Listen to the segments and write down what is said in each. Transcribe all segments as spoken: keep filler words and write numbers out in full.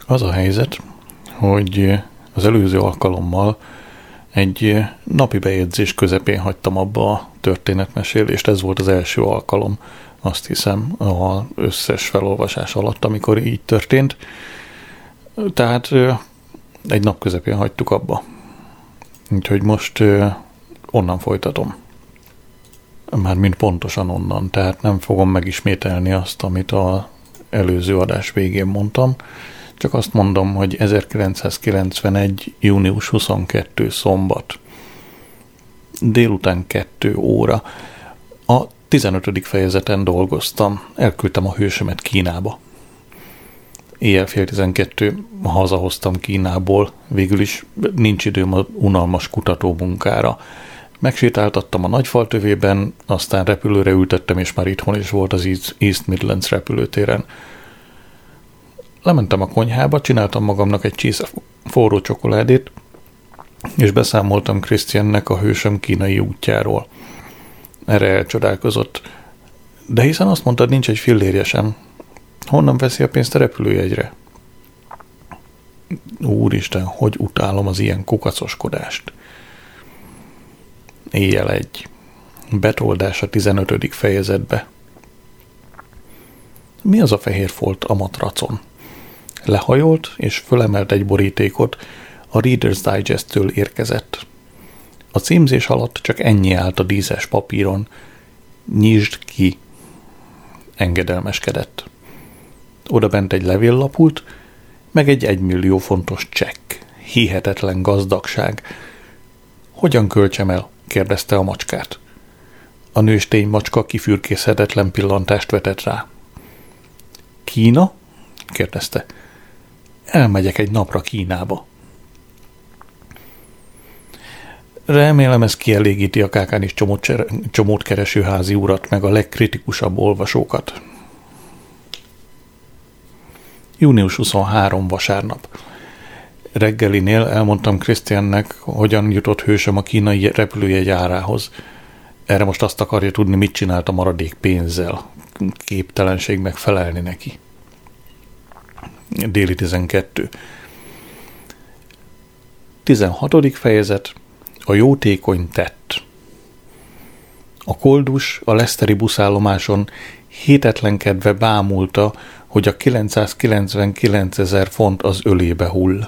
Az a helyzet, hogy az előző alkalommal egy napi bejegyzés közepén hagytam abba a történetmesélést. Ez volt az első alkalom, azt hiszem, az összes felolvasás alatt, amikor így történt. Tehát egy nap közepén hagytuk abba. Úgyhogy most onnan folytatom. Mármint pontosan onnan, tehát nem fogom megismételni azt, amit az előző adás végén mondtam, csak azt mondom, hogy ezerkilencszázkilencvenegy. június huszonkettő. szombat. Délután kettő óra. A tizenötödik fejezeten dolgoztam. Elküldtem a hősömet Kínába. Éjjel fél tizenkettő hazahoztam Kínából. Végül is nincs időm a unalmas kutatómunkára. Megsétáltattam a nagyfaltövében, aztán repülőre ültettem, és már itthon is volt az East Midlands repülőtéren. Lementem a konyhába, csináltam magamnak egy csésze forró csokoládét, és beszámoltam Christiannek a hősöm kínai útjáról. Erre elcsodálkozott. De hiszen azt mondtad, nincs egy fillérje sem. Honnan veszi a pénzt a repülőjegyre? Úristen, hogy utálom az ilyen kukacoskodást. Éjjel egy. Betoldás a tizenötödik fejezetbe. Mi az a fehér folt a matracon? Lehajolt, és fölemelt egy borítékot, a Reader's Digest-től érkezett. A címzés alatt csak ennyi állt a díszes papíron. Nyisd ki. Engedelmeskedett. Oda bent egy levéllapult, meg egy egymillió fontos csekk. Hihetetlen gazdagság. Hogyan költsem el? Kérdezte a macskát. A nőstény macska kifürkészhetetlen pillantást vetett rá. Kína? Kérdezte. Elmegyek egy napra Kínába. Remélem, ez kielégíti a kákán is csomót, csomót kereső házi urat, meg a legkritikusabb olvasókat. június huszonharmadika. Vasárnap. Reggelinél elmondtam Christiannek, hogyan jutott hősöm a kínai repülőjegy árához. Erre most azt akarja tudni, mit csinált a maradék pénzzel. Képtelenség megfelelni neki. Déli tizenkettő. tizenhatodik fejezet. A jótékony tett. A koldus a Leicesteri buszállomáson hihetetlenkedve bámulta, hogy a kilencszázkilencvenkilencezer font az ölébe hull.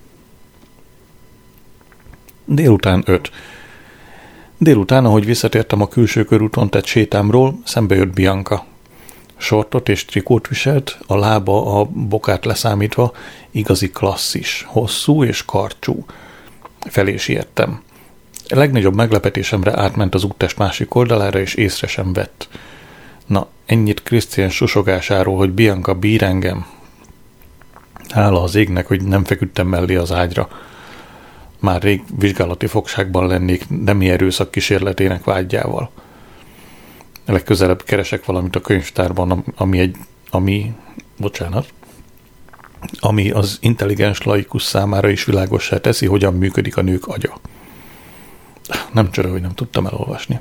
Délután öt. Délután, ahogy visszatértem a külső körúton tett sétámról, szembe jött Bianca. Sortot és trikót viselt, a lába a bokát leszámítva igazi klasszis, hosszú és karcsú. Felé siettem. A legnagyobb meglepetésemre átment az úttest másik oldalára, és észre sem vett. Na, ennyit Christian susogásáról, hogy Bianca bír engem. Hála az égnek, hogy nem feküdtem mellé az ágyra. Már rég vizsgálati fogságban lennék nemi erőszak kísérletének vágyjával. Legközelebb keresek valamit a könyvtárban, ami egy, ami, bocsánat, ami az intelligens laikus számára is világossá teszi, hogyan működik a nők agya. Nem csodál, hogy nem tudtam elolvasni.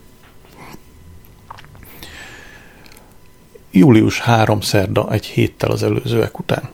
július harmadika. Szerda, egy héttel az előzőek után.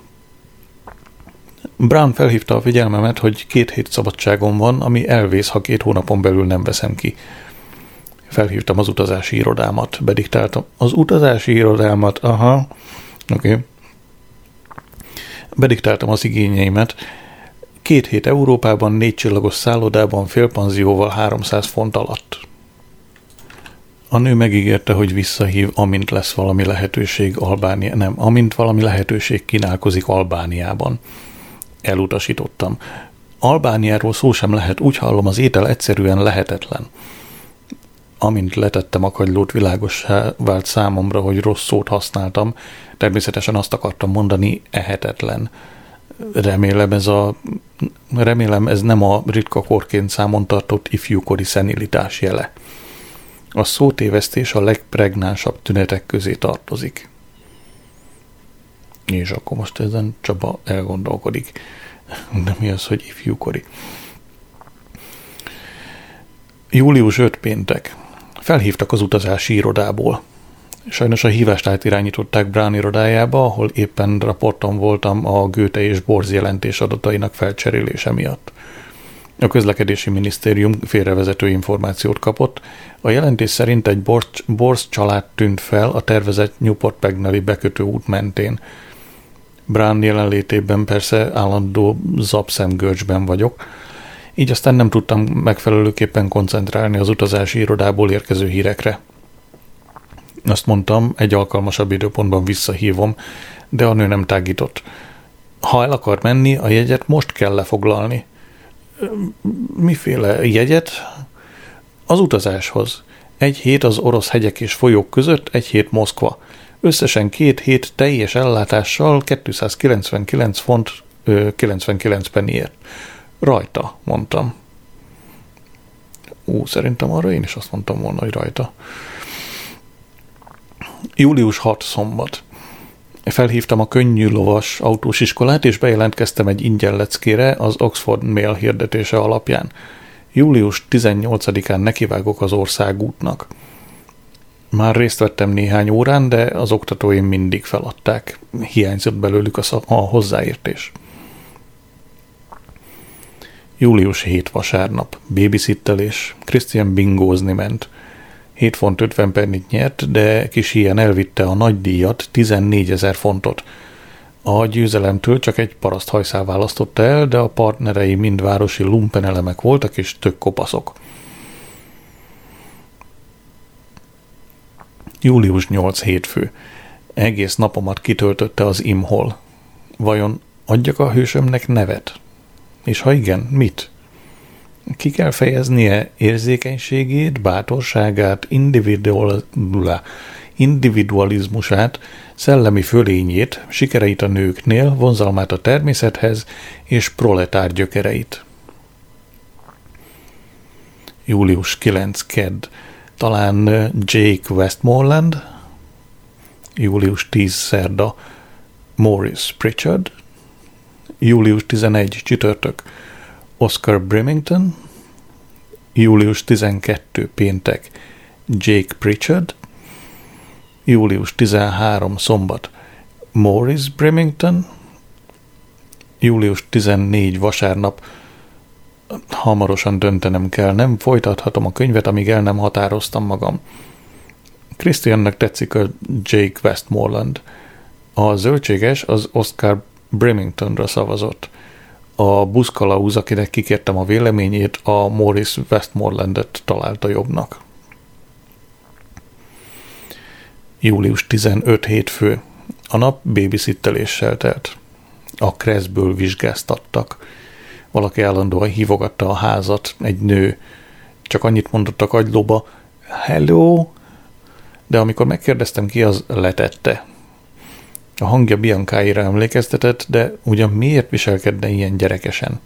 Brown felhívta a figyelmemet, hogy két hét szabadságom van, ami elvész, ha két hónapon belül nem veszem ki. Felhívtam az utazási irodámat, bediktáltam. Az utazási irodámat, aha, oké. Okay. Bediktáltam az igényeimet. Két hét Európában, négy csillagos szállodában, félpanzióval háromszáz font alatt. A nő megígérte, hogy visszahív, amint lesz valami lehetőség Albánia, nem, amint valami lehetőség kínálkozik Albániában. Elutasítottam. Albániáról szó sem lehet, úgy hallom, az étel egyszerűen lehetetlen. Amint letettem a kagylót, világossá vált számomra, hogy rossz szót használtam. Természetesen azt akartam mondani, ehetetlen. Remélem ez, a, remélem ez nem a ritka korként számon tartott ifjúkori szenilitás jele. A szótévesztés a legpregnánsabb tünetek közé tartozik. És akkor most ezen Csaba elgondolkodik. De mi az, hogy ifjúkori? július ötödike. Péntek. Felhívtak az utazási irodából. Sajnos a hívást átirányították Brown irodájába, ahol éppen raporton voltam a Goethe és Borz jelentés adatainak felcserélése miatt. A közlekedési minisztérium félrevezető információt kapott. A jelentés szerint egy Borz, Borz család tűnt fel a tervezett Newport Pagnelli bekötő út mentén. Brown jelenlétében persze állandó zapszemgörcsben vagyok, így aztán nem tudtam megfelelőképpen koncentrálni az utazási irodából érkező hírekre. Azt mondtam, egy alkalmasabb időpontban visszahívom, de a nő nem tágított. Ha el akar menni, a jegyet most kell lefoglalni. Miféle jegyet? Az utazáshoz. Egy hét az orosz hegyek és folyók között, egy hét Moszkva. Összesen két hét teljes ellátással kétszázkilencvenkilenc font kilencvenkilenc penniért. Rajta, mondtam. Ú, szerintem arra én is azt mondtam volna, hogy rajta. július hatodika szombat. Felhívtam a könnyű lovas autós iskolát, és bejelentkeztem egy ingyen leckére az Oxford Mail hirdetése alapján. július tizennyolcadikán nekivágok az országútnak. Már részt vettem néhány órán, de az oktatóim mindig feladták. Hiányzott belőlük a, szak- a hozzáértés. július hetedike vasárnap. Babysittelés. Christian bingózni ment. hét font ötven pennit nyert, de kis híján elvitte a nagy díjat, tizennégyezer fontot. A győzelemtől csak egy paraszt hajszál választotta el, de a partnerei mind városi lumpenelemek voltak és tök kopaszok. július nyolcadika hétfő. Egész napomat kitöltötte az imhol. Vajon adjak a hősömnek nevet? És ha igen, mit? Ki kell fejeznie érzékenységét, bátorságát, individual, individualizmusát, szellemi fölényét, sikereit a nőknél, vonzalmát a természethez és proletár gyökereit. július kilencedike kedd. Talán Jake Westmoreland. július tízadika szerda. Maurice Pritchard. július tizenegyedike csütörtök. Oscar Brimington. július tizenkettedike péntek. Jake Pritchard. július tizenharmadika szombat. Maurice Brimington. július tizennegyedike vasárnap. Hamarosan döntenem kell, nem folytathatom a könyvet, amíg el nem határoztam magam. Christiannak tetszik a Jake Westmoreland. A zöldséges az Oscar Brimingtonra szavazott. A buszkalauz, akinek kikértem a véleményét, a Maurice Westmorelandet találta jobbnak. július tizenötödike hétfő. A nap babysitteléssel telt. A kreszből vizsgáztattak. Valaki állandóan hívogatta a házat, egy nő. Csak annyit mondott a kagylóba, hello, de amikor megkérdeztem ki, az letette. A hangja Biancáira emlékeztetett, de ugyan miért viselkedne ilyen gyerekesen?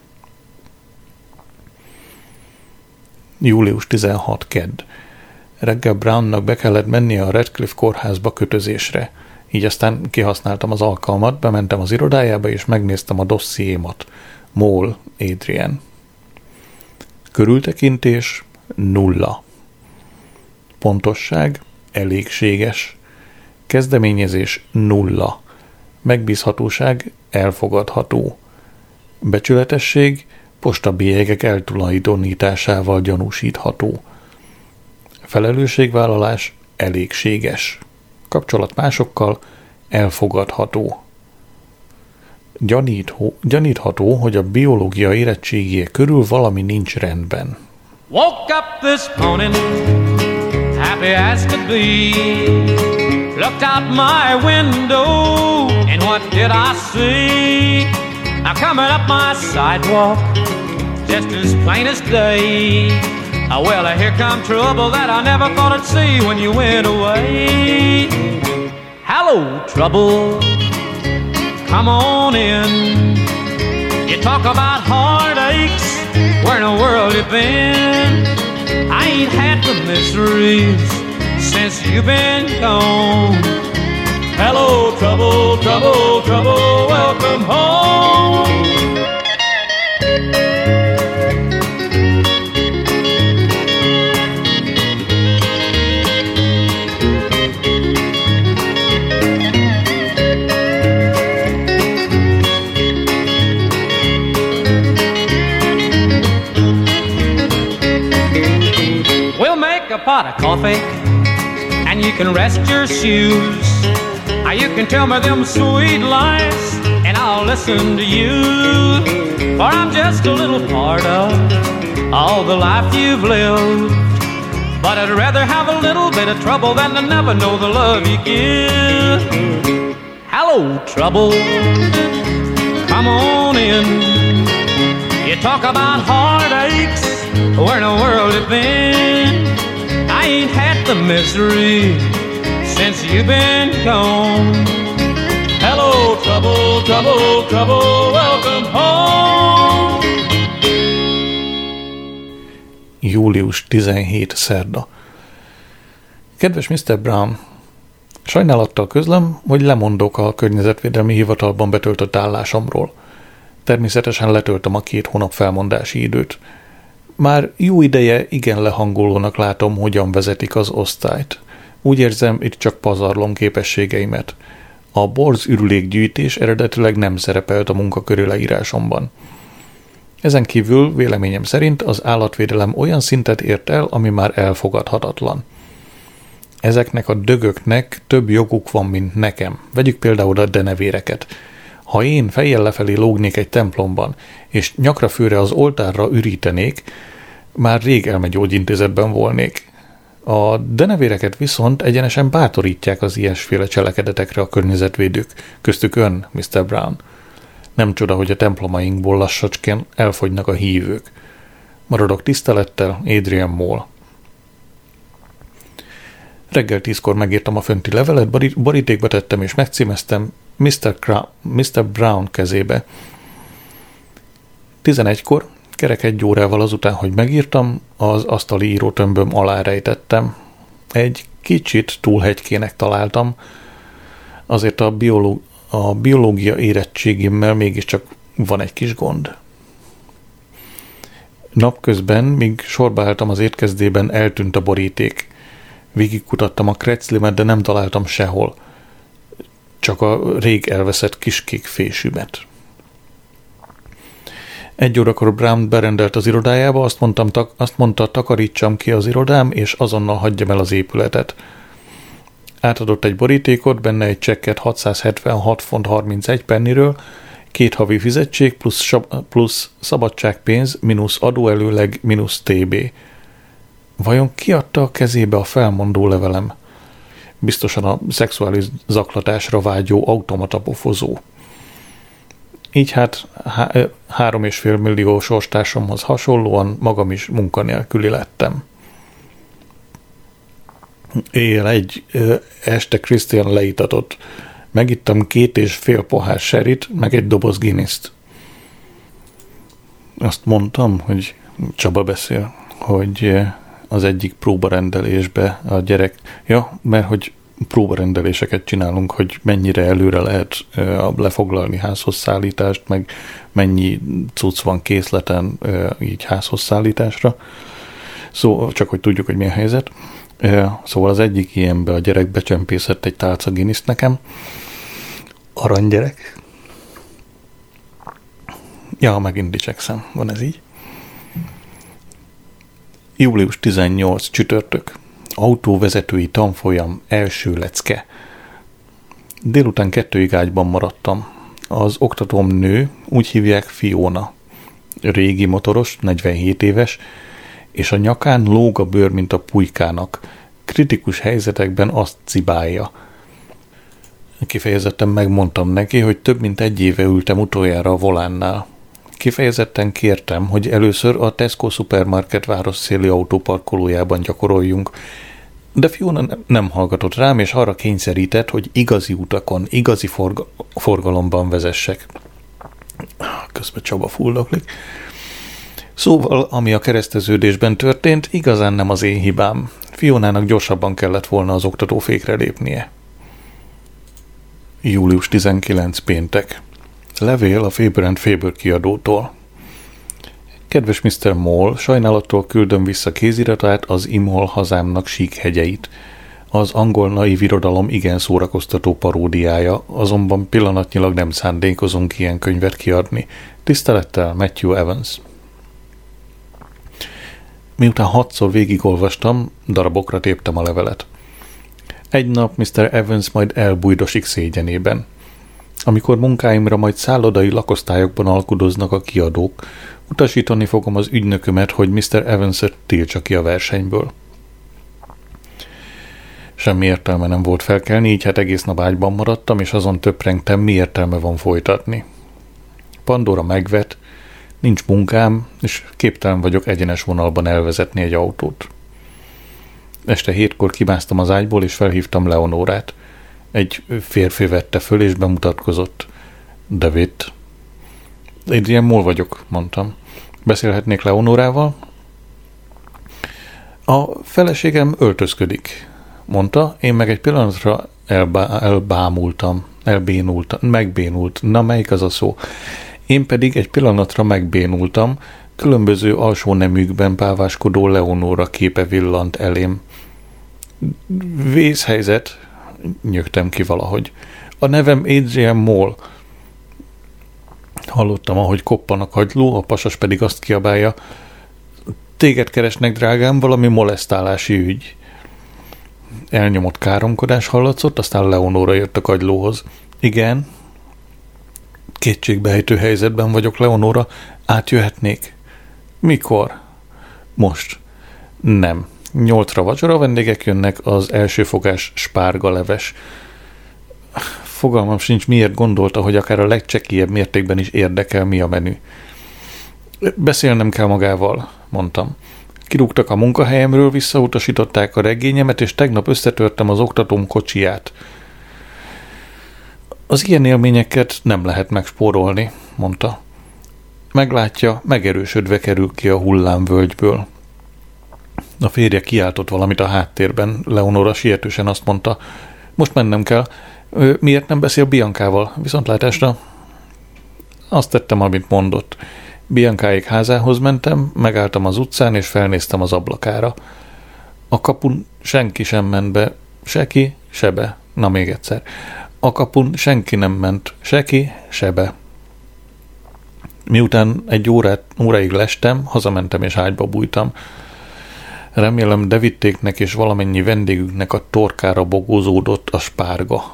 július tizenhatodika kedd. Reggel Brownnak be kellett mennie a Radcliffe kórházba kötözésre. Így aztán kihasználtam az alkalmat, bementem az irodájába és megnéztem a dossziémat. Mole Adrian. Körültekintés nulla. Pontosság elégséges. Kezdeményezés nulla. Megbízhatóság elfogadható. Becsületesség postabélyegek eltulajdonításával gyanúsítható. Felelősségvállalás elégséges. Kapcsolat másokkal elfogadható. Gyanítható, gyanítható, hogy a biológia érettségije körül valami nincs rendben. Woke up this morning, happy as could be. Looked out my window, and what did I see? Now coming up my sidewalk, just as plain as day. Oh, well, here come trouble that I never thought I'd see when you went away. Hello, trouble, come on in. You talk about heartaches, where in the world you been? I ain't had the miseries since you've been gone. Hello, trouble, trouble, trouble, welcome home. pot of coffee, and you can rest your shoes. Now you can tell me them sweet lies, and I'll listen to you. For I'm just a little part of all the life you've lived. But I'd rather have a little bit of trouble than to never know the love you give. Hello, trouble, come on in. You talk about heartaches, where in the world you been? I ain't had the misery since you've been gone. Hello, trouble, trouble, trouble, welcome home. július tizenhetedike szerda. Kedves miszter Brown, sajnálattal közlöm, hogy lemondok a környezetvédelmi hivatalban betöltött állásomról. Természetesen letöltöm a két hónap felmondási időt. Már jó ideje igen lehangolónak látom, hogyan vezetik az osztályt. Úgy érzem, itt csak pazarlom képességeimet. A borz ürülékgyűjtés eredetileg nem szerepelt a munkaköri leírásomban. Ezen kívül véleményem szerint az állatvédelem olyan szintet ért el, ami már elfogadhatatlan. Ezeknek a dögöknek több joguk van, mint nekem. Vegyük például a denevéreket. Ha én fejjel lefelé lógnék egy templomban, és nyakra főre az oltárra ürítenék, már rég elmegyógyintézetben volnék. A denevéreket viszont egyenesen bátorítják az ilyesféle cselekedetekre a környezetvédők, köztük ön, miszter Brown. Nem csoda, hogy a templomainkból lassacskén elfogynak a hívők. Maradok tisztelettel, Adrian Mole. Reggel tízkor megírtam a fönti levelet, borítékba tettem és megcímeztem miszter, Cra- miszter Brown kezébe. tizenegykor, kerek egy órával azután, hogy megírtam, az asztali írótömböm alá rejtettem. Egy kicsit túl hegykének találtam, azért a, bioló- a biológia érettségimmel mégiscsak van egy kis gond. Napközben, míg sorba álltam az étkezdében, eltűnt a boríték. Végigkutattam a kreclimet, de nem találtam sehol. Csak a rég elveszett kiskék fésűmet. Egy órakor Brown berendelt az irodájába, azt, mondtam, tak, azt mondta, takarítsam ki az irodám, és azonnal hagyjam el az épületet. Átadott egy borítékot, benne egy csekket hatszázhetvenhat font harmincegy penniről, két havi fizetség plusz, plusz szabadságpénz, mínusz adóelőleg, mínusz té bé. Vajon ki adta a kezébe a felmondó levelem? Biztosan a szexuális zaklatásra vágyó automata pofozó. Így hát há- három és fél millió sorstársamhoz hasonlóan magam is munkanélküli lettem. Éjjel egy ö, este Christian leítatott. Megittam két és fél pohár serit, meg egy doboz Guinness-t. Azt mondtam, hogy Csaba beszél, hogy az egyik próbarendelésbe a gyerek, ja, mert hogy próbarendeléseket csinálunk, hogy mennyire előre lehet uh, lefoglalni házhoz szállítást, meg mennyi cucc van készleten uh, így házhoz szállításra. Szóval csak, hogy tudjuk, hogy mi a helyzet. Uh, szóval az egyik ilyenbe a gyerek becsempészett egy tálca Guinness-t nekem. Aranygyerek. Ja, megint dicsekszem. Van ez így. július tizennyolcadika csütörtök. Autóvezetői tanfolyam első lecke. Délután kettőig ágyban maradtam. Az oktatóm nő, úgy hívják Fiona. Régi motoros, negyvenhét éves, és a nyakán lóg a bőr, mint a pulykának. Kritikus helyzetekben azt cibálja. Kifejezetten megmondtam neki, hogy több mint egy éve ültem utoljára a volánnál. Kifejezetten kértem, hogy először a Tesco Supermarket városszéli autóparkolójában gyakoroljunk, de Fiona nem hallgatott rám, és arra kényszerített, hogy igazi utakon, igazi forga- forgalomban vezessek. Közben Csaba fullaklik. Szóval, ami a kereszteződésben történt, igazán nem az én hibám. Fionának gyorsabban kellett volna az oktatófékre lépnie. július tizenkilencedike péntek. Levél a Faber and Faber kiadótól. Kedves miszter Mole, sajnálattal küldöm vissza kéziratát az Imhol hazámnak sík hegyeit. Az angol naiv irodalom igen szórakoztató paródiája, azonban pillanatnyilag nem szándékozunk ilyen könyvet kiadni. Tisztelettel, Matthew Evans. Miután hatszor végigolvastam, darabokra téptem a levelet. Egy nap miszter Evans majd elbújdosik szégyenében. Amikor munkáimra majd szállodai lakosztályokban alkudoznak a kiadók, utasítani fogom az ügynökömet, hogy miszter Evans-et tiltsa ki a versenyből. Semmi értelme nem volt felkelni, így hát egész nap ágyban maradtam, és azon töprengtem, mi értelme van folytatni. Pandora megvet, nincs munkám, és képtelen vagyok egyenes vonalban elvezetni egy autót. Este hétkor kimásztam az ágyból, és felhívtam Leonórát. Egy férfi vette föl, és bemutatkozott. David. Adrian Mole vagyok, mondtam. Beszélhetnék Leonórával? A feleségem öltözködik, mondta, én meg egy pillanatra elbá- elbámultam, elbénultam, megbénult, na melyik az a szó? Én pedig egy pillanatra megbénultam, különböző alsó neműkben páváskodó Leonóra képe villant elém. Vészhelyzet, nyögtem ki valahogy. A nevem Adrian Mole. Hallottam, ahogy koppan a kagyló, a pasas pedig azt kiabálja. Téged keresnek, drágám, valami molesztálási ügy. Elnyomott káromkodás hallatszott, aztán Leonóra jött a kagylóhoz. Igen. Kétségbejtő helyzetben vagyok, Leonóra. Átjöhetnék? Mikor? Most. Nem. Nyolcra vacsora vendégek jönnek, az elsőfogás spárgaleves. Fogalmam sincs, miért gondolta, hogy akár a legcsekélyebb mértékben is érdekel, mi a menü. Beszélnem kell magával, mondtam. Kirúgtak a munkahelyemről, visszautasították a regényemet, és tegnap összetörtem az oktatóm kocsiját. Az ilyen élményeket nem lehet megspórolni, mondta. Meglátja, megerősödve kerül ki a hullámvölgyből. A férje kiáltott valamit a háttérben. Leonóra sietősen azt mondta, most mennem kell. Ő miért nem beszél Biancával? Viszontlátásra? Azt tettem, amit mondott. Biancáék házához mentem, megálltam az utcán, és felnéztem az ablakára. A kapun senki sem ment be, se ki, se be. Na még egyszer. A kapun senki nem ment, se ki, se be. Miután egy órát, óráig lestem, hazamentem és ágyba bújtam. Remélem, Davidéknek és valamennyi vendégüknek a torkára bogózódott a spárga.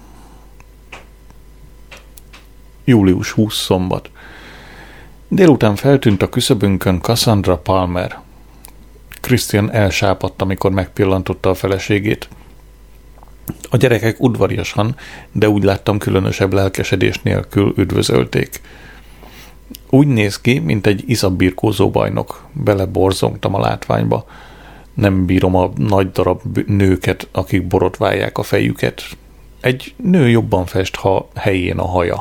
július huszadika szombat. Délután feltűnt a küszöbünkön Cassandra Palmer. Christian elsápadt, amikor megpillantotta a feleségét. A gyerekek udvariasan, de úgy láttam különösebb lelkesedés nélkül üdvözölték. Úgy néz ki, mint egy iszabbirkózó bajnok. Beleborzongtam a látványba. Nem bírom a nagy darab nőket, akik borotválják a fejüket. Egy nő jobban fest, ha helyén a haja.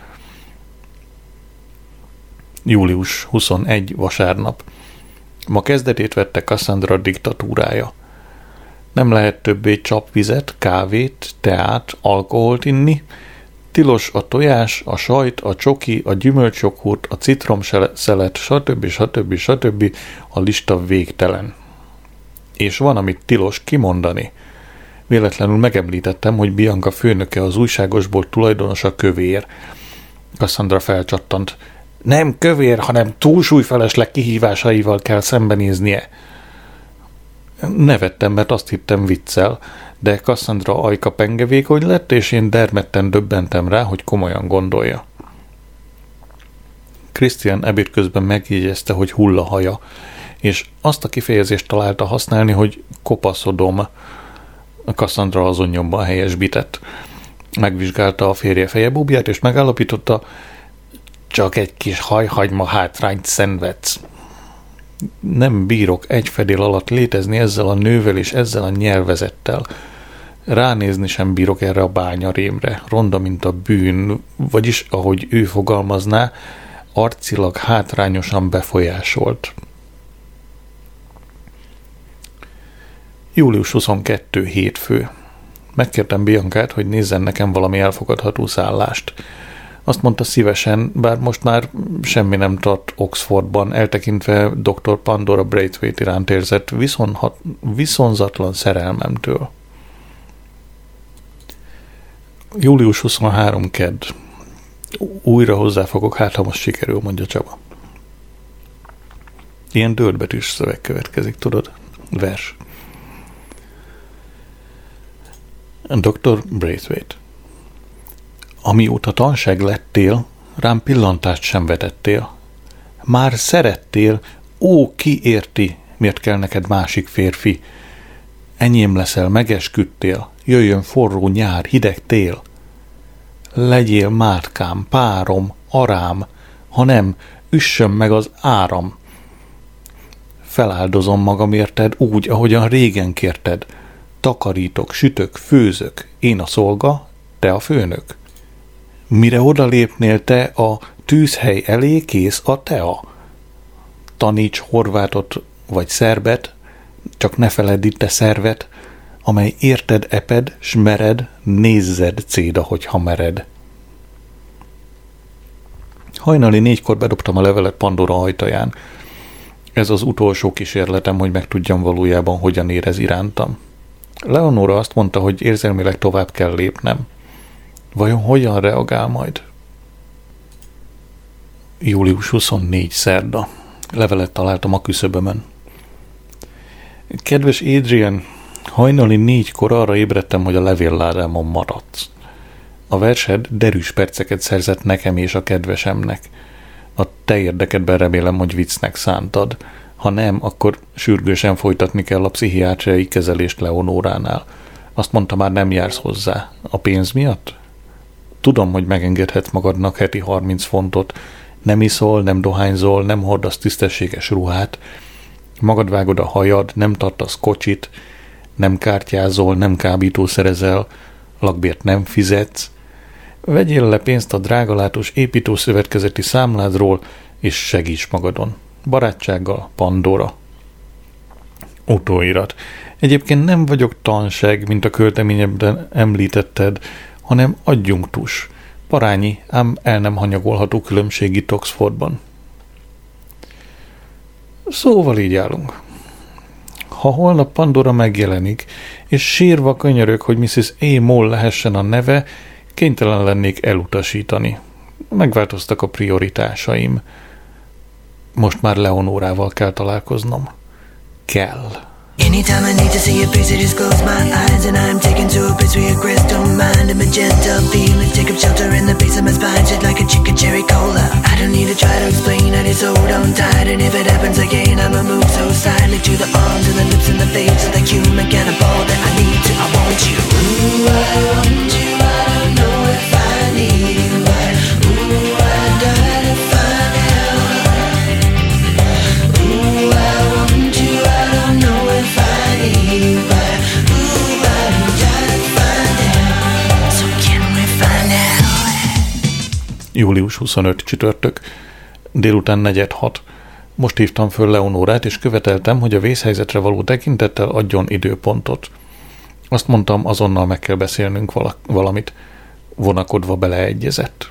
július huszonegyedike vasárnap. Ma kezdetét vette Cassandra diktatúrája. Nem lehet többé csapvizet, kávét, teát, alkoholt inni. Tilos a tojás, a sajt, a csoki, a gyümölcsjoghurt, a citromszelet, stb. stb. stb. A lista végtelen. És van, amit tilos kimondani. Véletlenül megemlítettem, hogy Bianca főnöke az újságosból tulajdonosa kövér. Cassandra felcsattant. Nem kövér, hanem túlsúlyfelesleg kihívásaival kell szembenéznie. Nevettem, mert azt hittem viccel, de Cassandra ajka pengevékony lett, és én dermedten döbbentem rá, hogy komolyan gondolja. Christian ebéd közben megjegyezte, hogy hull a haja, és azt a kifejezést találta használni, hogy kopaszodom. Cassandra azon nyomban helyesbített. Megvizsgálta a férje fejebúbját, és megállapította, csak egy kis hajhagyma hátrányt szenvedsz. Nem bírok egy fedél alatt létezni ezzel a nővel és ezzel a nyelvezettel. Ránézni sem bírok erre a bányarémre, ronda, mint a bűn, vagyis, ahogy ő fogalmazná, arcilag hátrányosan befolyásolt. július huszonkettedike hétfő. Megkértem Biancát, hogy nézzen nekem valami elfogadható szállást. Azt mondta szívesen, bár most már semmi nem tart Oxfordban, eltekintve doktor Pandora Braithwaite iránt érzett viszonhat, viszonzatlan szerelmemtől. július huszonharmadika kedd. Újra hozzáfogok, hát ha most sikerül, mondja Csaba. Ilyen dördbetűs szöveg következik, tudod? Vers. doktor Braithwaite. Amióta tanság lettél, rám pillantást sem vetettél. Már szerettél, ó, ki érti, miért kell neked másik férfi. Enyém leszel, megesküdtél, jöjjön forró nyár, hideg tél. Legyél mátkám, párom, arám, ha nem, üssön meg az áram. Feláldozom magam érted úgy, ahogyan régen kérted. Takarítok, sütök, főzök, én a szolga, te a főnök. Mire odalépnél te a tűzhely elé, kész a tea. Taníts horvátot vagy szerbet, csak ne feledd itt te szervet, amely érted eped, s mered, nézzed céda, hogyha mered. Hajnali négykor bedobtam a levelet Pandora ajtaján. Ez az utolsó kísérletem, hogy megtudjam valójában, hogyan érez irántam. Leonora azt mondta, hogy érzelmileg tovább kell lépnem. Vajon hogyan reagál majd? július huszonnégy szerda. Levelet találtam a küszöbömön. Kedves Adrian, hajnali négykor arra ébredtem, hogy a levélládámon maradsz. A versed derűs perceket szerzett nekem és a kedvesemnek. A te érdekedben remélem, hogy viccnek szántad. Ha nem, akkor sürgősen folytatni kell a pszichiátriai kezelést Leonóránál. Azt mondta, már nem jársz hozzá. A pénz miatt? Tudom, hogy megengedhetsz magadnak heti harminc fontot. Nem iszol, nem dohányzol, nem hordasz tisztességes ruhát. Magad vágod a hajad, nem tartasz kocsit, nem kártyázol, nem kábítószerezel, lakbért nem fizetsz. Vegyél le pénzt a drágalátós építószövetkezeti számládról, és segíts magadon. Barátsággal, Pandora. Utóirat. Egyébként nem vagyok tanság, mint a költeményemben említetted, hanem adjunktus. Parányi, ám el nem hanyagolható különbség itt Oxfordban. Szóval így állunk. Ha holnap Pandora megjelenik, és sírva könyörög, hogy missziz A. Moll lehessen a neve, kénytelen lennék elutasítani. Megváltoztak a prioritásaim. Most már Leonórával kell találkoznom. Kell. Anytime I need to see your face, I just close my eyes and I'm taken to a place where your crystal mind and magenta feelings take up shelter in the base of my spine, shit like a chicken cherry cola. I don't need to try to explain, I just hold on tight, and if it happens again, I'ma move so silently to the arms and the lips and the face of the human cannibal that I need to. I want you. Ooh, I want you. I don't know if I need you. I, ooh, I die to find out. Ooh, I want you. I don't know. július huszonötödike csütörtök, délután negyed hat. Most hívtam föl Leonórát, és követeltem, hogy a vészhelyzetre való tekintettel adjon időpontot. Azt mondtam, azonnal meg kell beszélnünk vala- valamit. Vonakodva beleegyezett.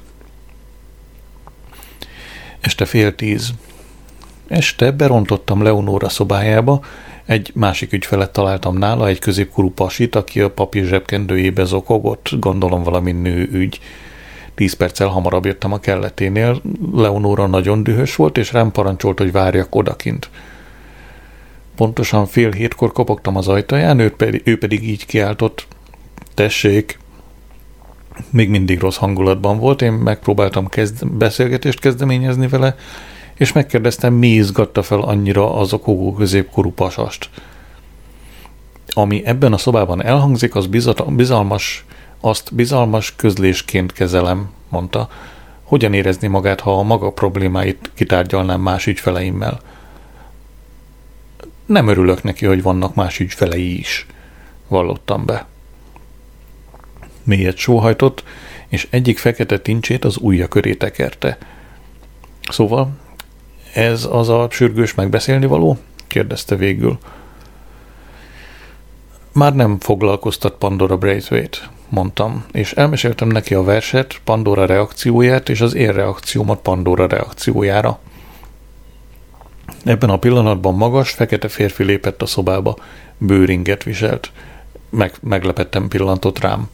Este fél tíz. Este berontottam Leonóra szobájába, egy másik ügyfelet találtam nála, egy középkorú pasit, aki a papír zsebkendőjébe zokogott, gondolom valami nőügy. Tíz perccel hamarabb jöttem a kelleténél, Leonóra nagyon dühös volt, és rám parancsolt, hogy várjak odakint. Pontosan fél hétkor kopogtam az ajtaján, ő pedig, ő pedig így kiáltott, tessék. Még mindig rossz hangulatban volt, én megpróbáltam kezd, beszélgetést kezdeményezni vele, és megkérdeztem, mi izgatta fel annyira az okogó középkorú pasast. Ami ebben a szobában elhangzik, az bizalmas, azt bizalmas közlésként kezelem, mondta. Hogyan érezni magát, ha a maga problémáit kitárgyalnám más ügyfeleimmel? Nem örülök neki, hogy vannak más ügyfelei is, vallottam be. Mélyet sóhajtott, és egyik fekete tincsét az ujja köré tekerte. Szóval, ez az a sürgős megbeszélni való? Kérdezte végül. Már nem foglalkoztat Pandora Braithwaite, mondtam, és elmeséltem neki a verset, Pandora reakcióját és az én reakciómat Pandora reakciójára. Ebben a pillanatban magas, fekete férfi lépett a szobába, bőringet viselt. Meg, meglepettem pillantott rám.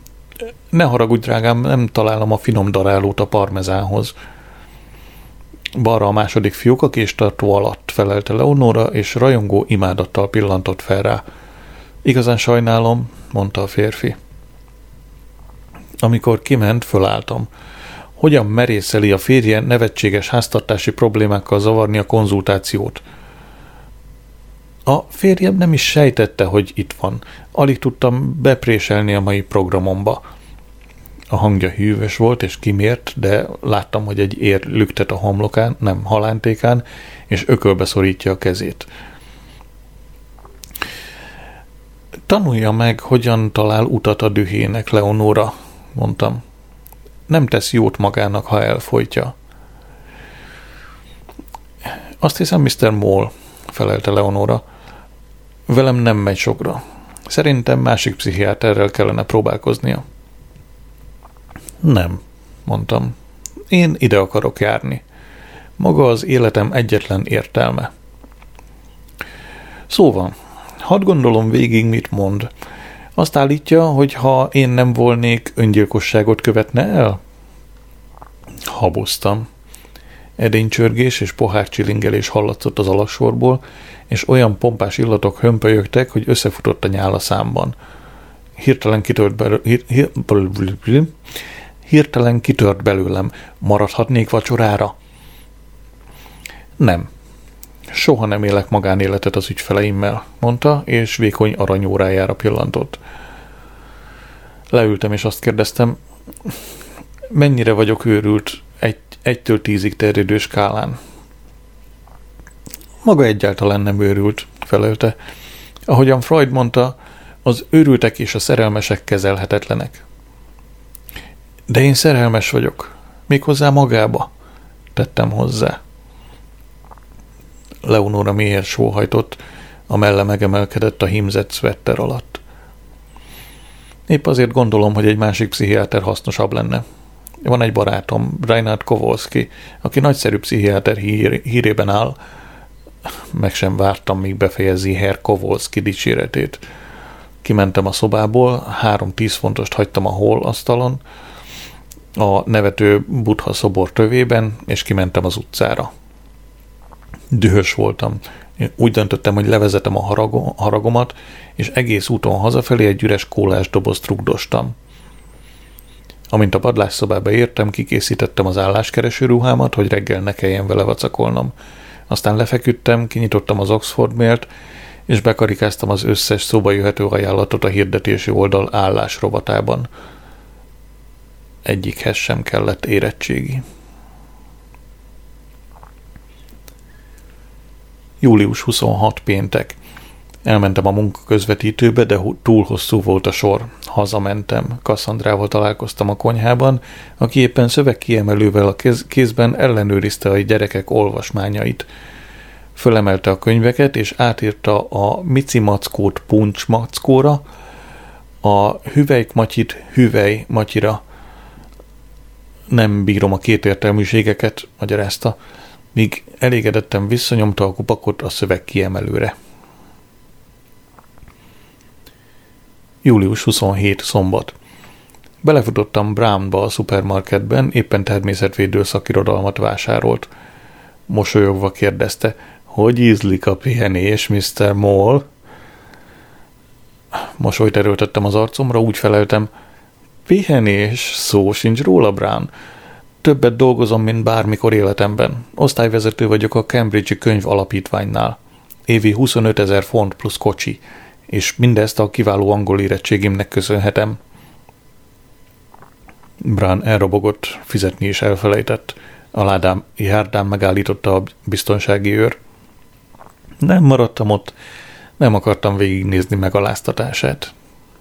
Ne haragudj, drágám, nem találom a finom darálót a parmezánhoz. Balra a második fiók a késtartó alatt, felelte Leonora, és rajongó imádattal pillantott fel rá. Igazán sajnálom, mondta a férfi. Amikor kiment, fölálltam. Hogyan merészeli a férje nevetséges háztartási problémákkal zavarni a konzultációt? A férjem nem is sejtette, hogy itt van. Alig tudtam bepréselni a mai programomba. A hangja hűvös volt és kimért, de láttam, hogy egy ér lüktet a homlokán, nem halántékán, és ökölbe szorítja a kezét. Tanulja meg, hogyan talál utat a dühének, Leonora, mondtam. Nem tesz jót magának, ha elfolytja. Azt hiszem, miszter Moll, felelte Leonora. Velem nem megy sokra. Szerintem másik pszichiáterrel kellene próbálkoznia. Nem, mondtam. Én ide akarok járni. Maga az életem egyetlen értelme. Szóval, hadd gondolom végig, mit mond. Azt állítja, hogy ha én nem volnék, öngyilkosságot követne el? Haboztam. Edénycsörgés és pohárcsilingelés hallatszott az alaksorból, és olyan pompás illatok hömpölyögtek, hogy összefutott a nyál a számban. Hirtelen kitört belőlem, hir, hir, hirtelen kitört belőlem. Maradhatnék vacsorára? Nem. Soha nem élek magánéletet az ügyfeleimmel, mondta, és vékony aranyórájára pillantott. Leültem, és azt kérdeztem, mennyire vagyok őrült egy, egytől tízig terjedő skálán? Maga egyáltalán nem őrült, felelte. Ahogyan Freud mondta, az őrültek és a szerelmesek kezelhetetlenek. De én szerelmes vagyok, méghozzá magába, tettem hozzá. Leonora mélyen sóhajtott, a melle megemelkedett a hímzett szvetter alatt. Épp azért gondolom, hogy egy másik pszichiáter hasznosabb lenne. Van egy barátom, Reinhard Kowalski, aki nagyszerű pszichiáter hír, hírében áll. Meg sem vártam, míg befejezi Herr Kowalski dicséretét. Kimentem a szobából, három tíz fontost hagytam a hall asztalon, a nevető Buddha szobor tövében, és kimentem az utcára. Dühös voltam. Én úgy döntöttem, hogy levezetem a haragomat, és egész úton hazafelé egy üres kólás dobozt rugdostam. Amint a padlásszobába értem, kikészítettem az álláskereső ruhámat, hogy reggel ne kelljen vele vacakolnom. Aztán lefeküdtem, kinyitottam az Oxford Mailt, és bekarikáztam az összes szóba jöhető ajánlatot a hirdetési oldal állás rovatában. Egyikhez sem kellett érettségi. július huszonhatodika péntek. Elmentem a munkaközvetítőbe, de túl hosszú volt a sor. Hazamentem. Cassandrával találkoztam a konyhában, aki éppen szövegkiemelővel a kéz- kézben ellenőrizte a gyerekek olvasmányait. Fölemelte a könyveket, és átírta a Mici mackót Puncs mackóra, a Hüvelyk matyit Hüvely matyira. Nem bírom a kétértelműségeket, magyarázta, míg elégedetten visszanyomta a kupakot a szöveg kiemelőre. július huszonhetedike szombat. Belefutottam Brownba a szupermarketben, éppen természetvédő szakirodalmat vásárolt. Mosolyogva kérdezte, hogy ízlik a pihenés, miszter Moll? Mosolyt erőltettem az arcomra, úgy feleltem, pihenés, szó sincs róla, Brown. Többet dolgozom, mint bármikor életemben. Osztályvezető vagyok a Cambridge-i könyv alapítványnál. Évi huszonötezer font plusz kocsi, és mindezt a kiváló angol érettségimnek köszönhetem. Brown elrobogott, fizetni is elfelejtett. A ládám, járdán megállította a biztonsági őr. Nem maradtam ott, nem akartam végignézni megaláztatását.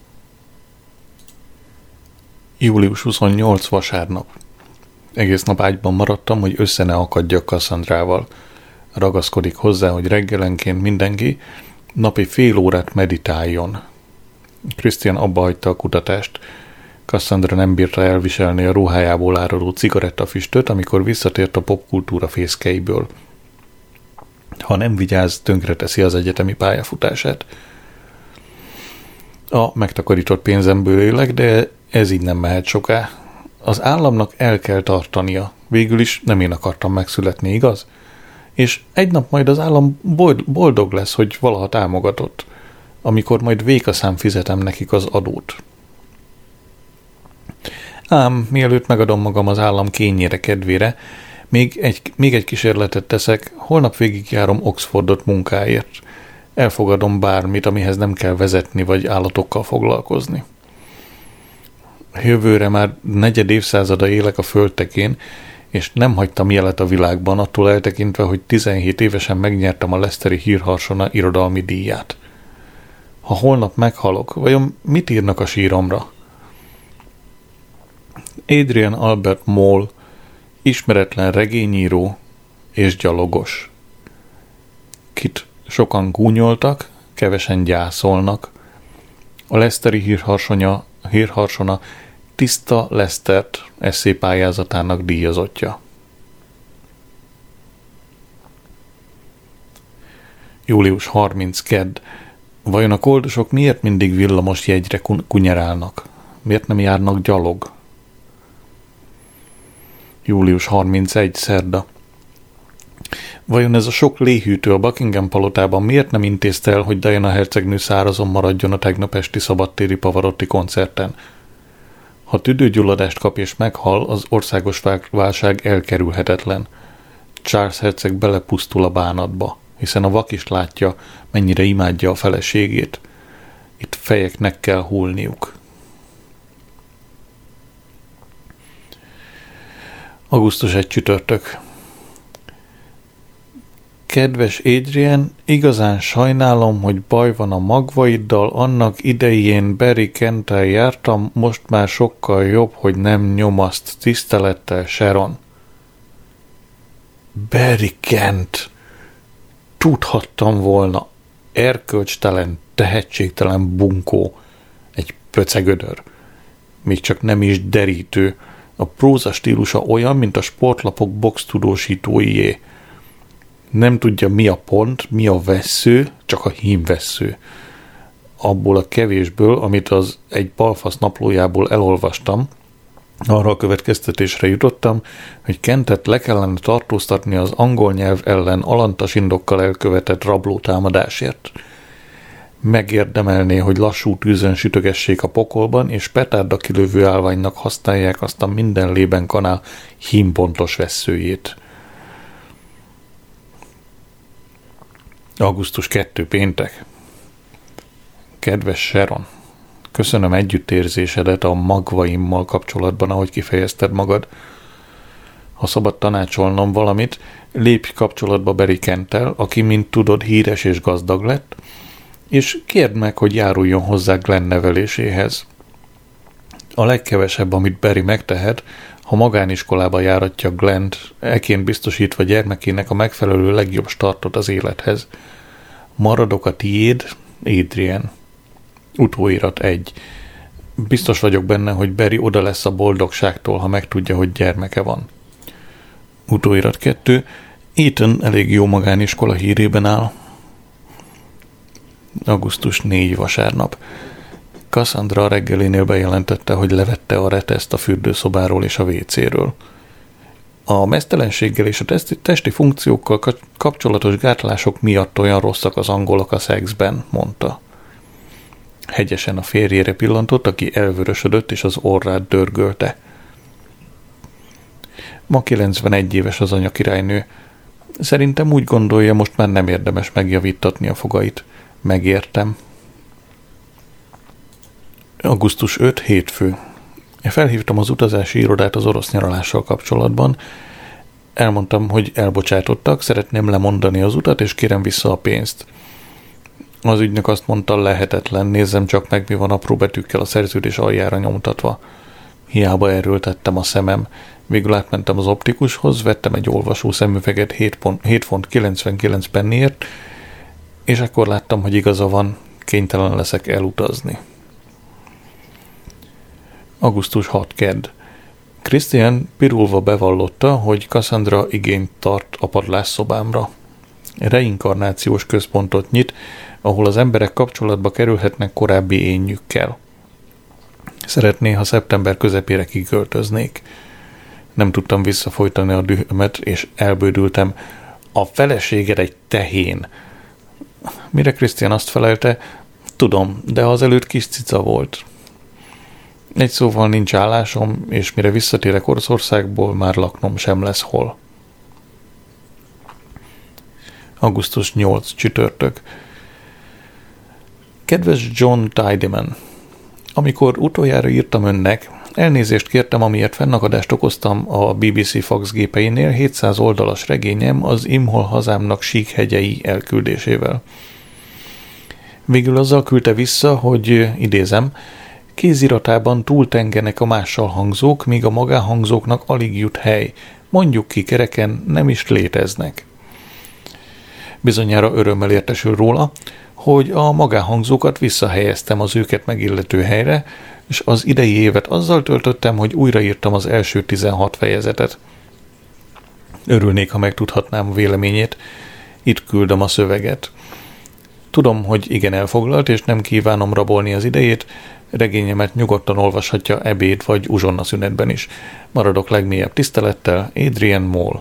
július huszonnyolcadika vasárnap. Egész nap ágyban maradtam, hogy össze ne akadjak Cassandrával. Ragaszkodik hozzá, hogy reggelenként mindenki napi fél órát meditáljon. Christian abbahagyta a kutatást. Cassandra nem bírta elviselni a ruhájából áradó cigarettafüstöt, amikor visszatért a popkultúra fészkeiből. Ha nem vigyáz, tönkreteszi az egyetemi pályafutását. A megtakarított pénzemből élek, de ez így nem mehet soká. Az államnak el kell tartania, Végül is nem én akartam megszületni, igaz? És egy nap majd az állam boldog lesz, hogy valaha támogatott, amikor majd vékaszám fizetem nekik az adót. Ám, mielőtt megadom magam az állam kényére kedvére, még egy, még egy kísérletet teszek, holnap végigjárom Oxfordot munkáért. Elfogadom bármit, amihez nem kell vezetni vagy állatokkal foglalkozni. Jövőre már negyed évszázada élek a földtekén, és nem hagytam jelet a világban, attól eltekintve, hogy tizenhét évesen megnyertem a Leicesteri Hírharsona irodalmi díját. Ha holnap meghalok, vajon mit írnak a síromra? Adrian Albert Moll, ismeretlen regényíró és gyalogos. Kit sokan gúnyoltak, kevesen gyászolnak. A Leicesteri Hírharsona, Hírharsona Tiszta Leicestert esszépályázatának díjazottja. július harmincadika kedd. Vajon a koldusok miért mindig villamos jegyre kunyerálnak? Miért nem járnak gyalog? július harmincegyedike szerda. Vajon ez a sok léhűtő a Buckingham palotában miért nem intézte el, hogy Diana hercegnő szárazon maradjon a tegnap esti szabadtéri Pavarotti koncerten? Ha tüdőgyulladást kap és meghal, az országos válság elkerülhetetlen. Charles herceg belepusztul a bánatba, hiszen a vak is látja, mennyire imádja a feleségét. Itt fejeknek kell hullniuk. augusztus elsejé csütörtök. Kedves Adrian, igazán sajnálom, hogy baj van a magvaiddal, annak idején Barry Kenttel jártam, most már sokkal jobb, hogy nem nyomaszt. Tisztelettel, Sharon. Barry Kent. Tudhattam volna. Erkölcstelen, tehetségtelen bunkó. Egy pöcegödör. Még csak nem is derítő. A próza stílusa olyan, mint a sportlapok box tudósítóié. Nem tudja, mi a pont, mi a vessző, csak a hímvessző. Abból a kevésből, amit az egy balfasz naplójából elolvastam, arra a következtetésre jutottam, hogy Kentet le kellene tartóztatni az angol nyelv ellen alantas indokkal elkövetett rablótámadásért. Megérdemelné, hogy lassú tűzön sütögessék a pokolban, és petárda kilövő állványnak használják azt a minden lében kanál hímpontos vesszőjét. augusztus elsejé péntek. Kedves Sharon, köszönöm együttérzésedet a magvaimmal kapcsolatban, ahogy kifejezted magad. Ha szabad tanácsolnom valamit, lépj kapcsolatba Barry Kenttel, aki, mint tudod, híres és gazdag lett, és kérd meg, hogy járuljon hozzá Glenn neveléséhez. A legkevesebb, amit Barry megtehet, ha magániskolába járatja Glennt, eként biztosítva gyermekének a megfelelő legjobb startot az élethez. Maradok a tiéd, Adrian. Utóirat egy. Biztos vagyok benne, hogy Barry oda lesz a boldogságtól, ha megtudja, hogy gyermeke van. Utóirat kettő. Ethan elég jó magániskola hírében áll. augusztus negyedike vasárnap. Cassandra reggelinél bejelentette, hogy levette a reteszt a fürdőszobáról és a vécéről. A meztelenséggel és a testi, testi funkciókkal kapcsolatos gátlások miatt olyan rosszak az angolok a szexben, mondta. Hegyesen a férjére pillantott, aki elvörösödött és az orrát dörgölte. Ma kilencvenegy éves az anyakirálynő. Szerintem úgy gondolja, most már nem érdemes megjavítatni a fogait. Megértem. augusztus ötödike hétfő. Felhívtam az utazási irodát az orosz nyaralással kapcsolatban. Elmondtam, hogy elbocsátottak, szeretném lemondani az utat, és kérem vissza a pénzt. Az ügynök azt mondta, lehetetlen, nézzem csak meg, mi van apró betűkkel a szerződés aljára nyomtatva. Hiába erőltettem a szemem. Végül átmentem az optikushoz, vettem egy olvasó szemüveget hét font kilencvenkilenc penniért, és akkor láttam, hogy igaza van, kénytelen leszek elutazni. augusztus hatodika kedd. Christian pirulva bevallotta, hogy Cassandra igényt tart a padlásszobámra. Reinkarnációs központot nyit, ahol az emberek kapcsolatba kerülhetnek korábbi énjükkel. Szeretné, ha szeptember közepére kiköltöznék. Nem tudtam visszafolytani a dühömet, és elbődültem. A feleséged egy tehén. Mire Krisztián azt felelte, tudom, de az előtt kis cica volt. Egy szóval nincs állásom, és mire visszatérek Oroszországból, már laknom sem lesz hol. augusztus nyolcadika csütörtök. Kedves John Tidyman, amikor utoljára írtam önnek, elnézést kértem, amiért fennakadást okoztam a bé bé cé fax gépeinél hétszáz oldalas regényem az Imhol hazámnak síkhegyei elküldésével. Végül azzal küldte vissza, hogy, idézem, kéziratában túltengenek a mással hangzók, míg a magánhangzóknak alig jut hely. Mondjuk ki kereken, nem is léteznek. Bizonyára örömmel értesül róla, hogy a magánhangzókat visszahelyeztem az őket megillető helyre, és az idei évet azzal töltöttem, hogy újraírtam az első tizenhat fejezetet. Örülnék, ha megtudhatnám a véleményét. Itt küldöm a szöveget. Tudom, hogy igen elfoglalt, és nem kívánom rabolni az idejét, regényemet nyugodtan olvashatja ebéd vagy uzsonna szünetben is. Maradok legmélyebb tisztelettel, Adrian Mole.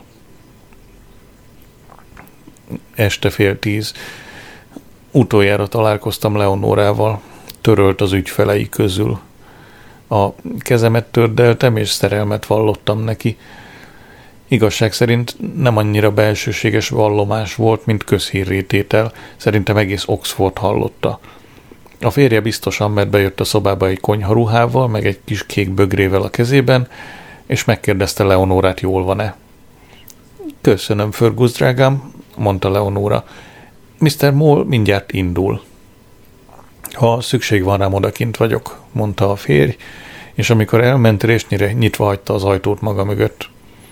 Este fél tíz. Utoljára találkoztam Leonórával. Törölt az ügyfelei közül. A kezemet tördeltem, és szerelmet vallottam neki. Igazság szerint nem annyira belsőséges vallomás volt, mint közhírrététel. Szerintem egész Oxford hallotta. A férje biztosan, mert bejött a szobába egy konyharuhával, meg egy kis kék bögrével a kezében, és megkérdezte Leonórát, jól van-e. Köszönöm, Fergus drágám, mondta Leonóra. miszter Mole mindjárt indul. Ha szükség van rám, odakint vagyok, mondta a férj, és amikor elment, résnyire nyitva hagyta az ajtót maga mögött.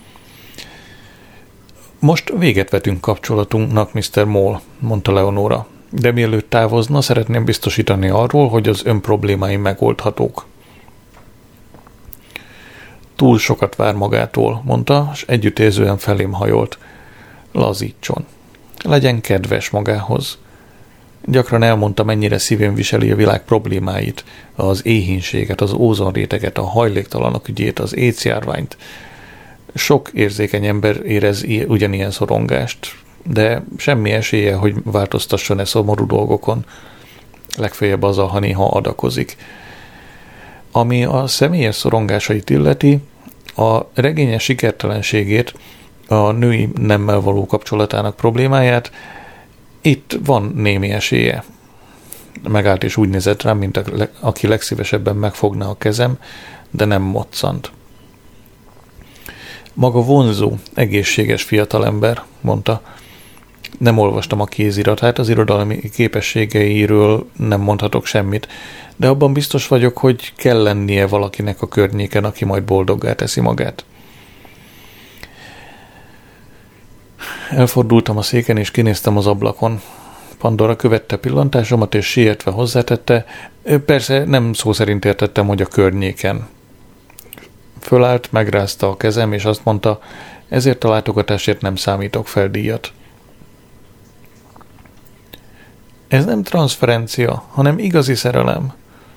Most véget vetünk kapcsolatunknak, miszter Mole, mondta Leonóra, de mielőtt távozna, szeretném biztosítani arról, hogy az ön problémáim megoldhatók. Túl sokat vár magától, mondta, és együttérzően felém hajolt. Lazítson. Legyen kedves magához. Gyakran elmondta, mennyire szívén viseli a világ problémáit, az éhínséget, az ózonréteget, a hajléktalanok ügyét, az AIDS-járványt. Sok érzékeny ember érez ugyanilyen szorongást, de semmi esélye, hogy változtasson-e szomorú dolgokon. Legfeljebb azzal, ha néha adakozik. Ami a személyes szorongásait illeti, a regényes sikertelenségét, a női nemmel való kapcsolatának problémáját, itt van némi esélye. Megállt és úgy nézett rám, mint a, aki legszívesebben megfogna a kezem, de nem moccant. Maga vonzó, egészséges fiatalember, mondta. Nem olvastam a kéziratát, az irodalmi képességeiről nem mondhatok semmit, de abban biztos vagyok, hogy kell lennie valakinek a környéken, aki majd boldoggá teszi magát. Elfordultam a széken, és kinéztem az ablakon. Pandora követte pillantásomat, és sietve hozzátette, persze nem szó szerint értettem, hogy a környéken. Fölállt, megrázta a kezem, és azt mondta, ezért a látogatásért nem számítok fel díjat. Ez nem transzferencia, hanem igazi szerelem.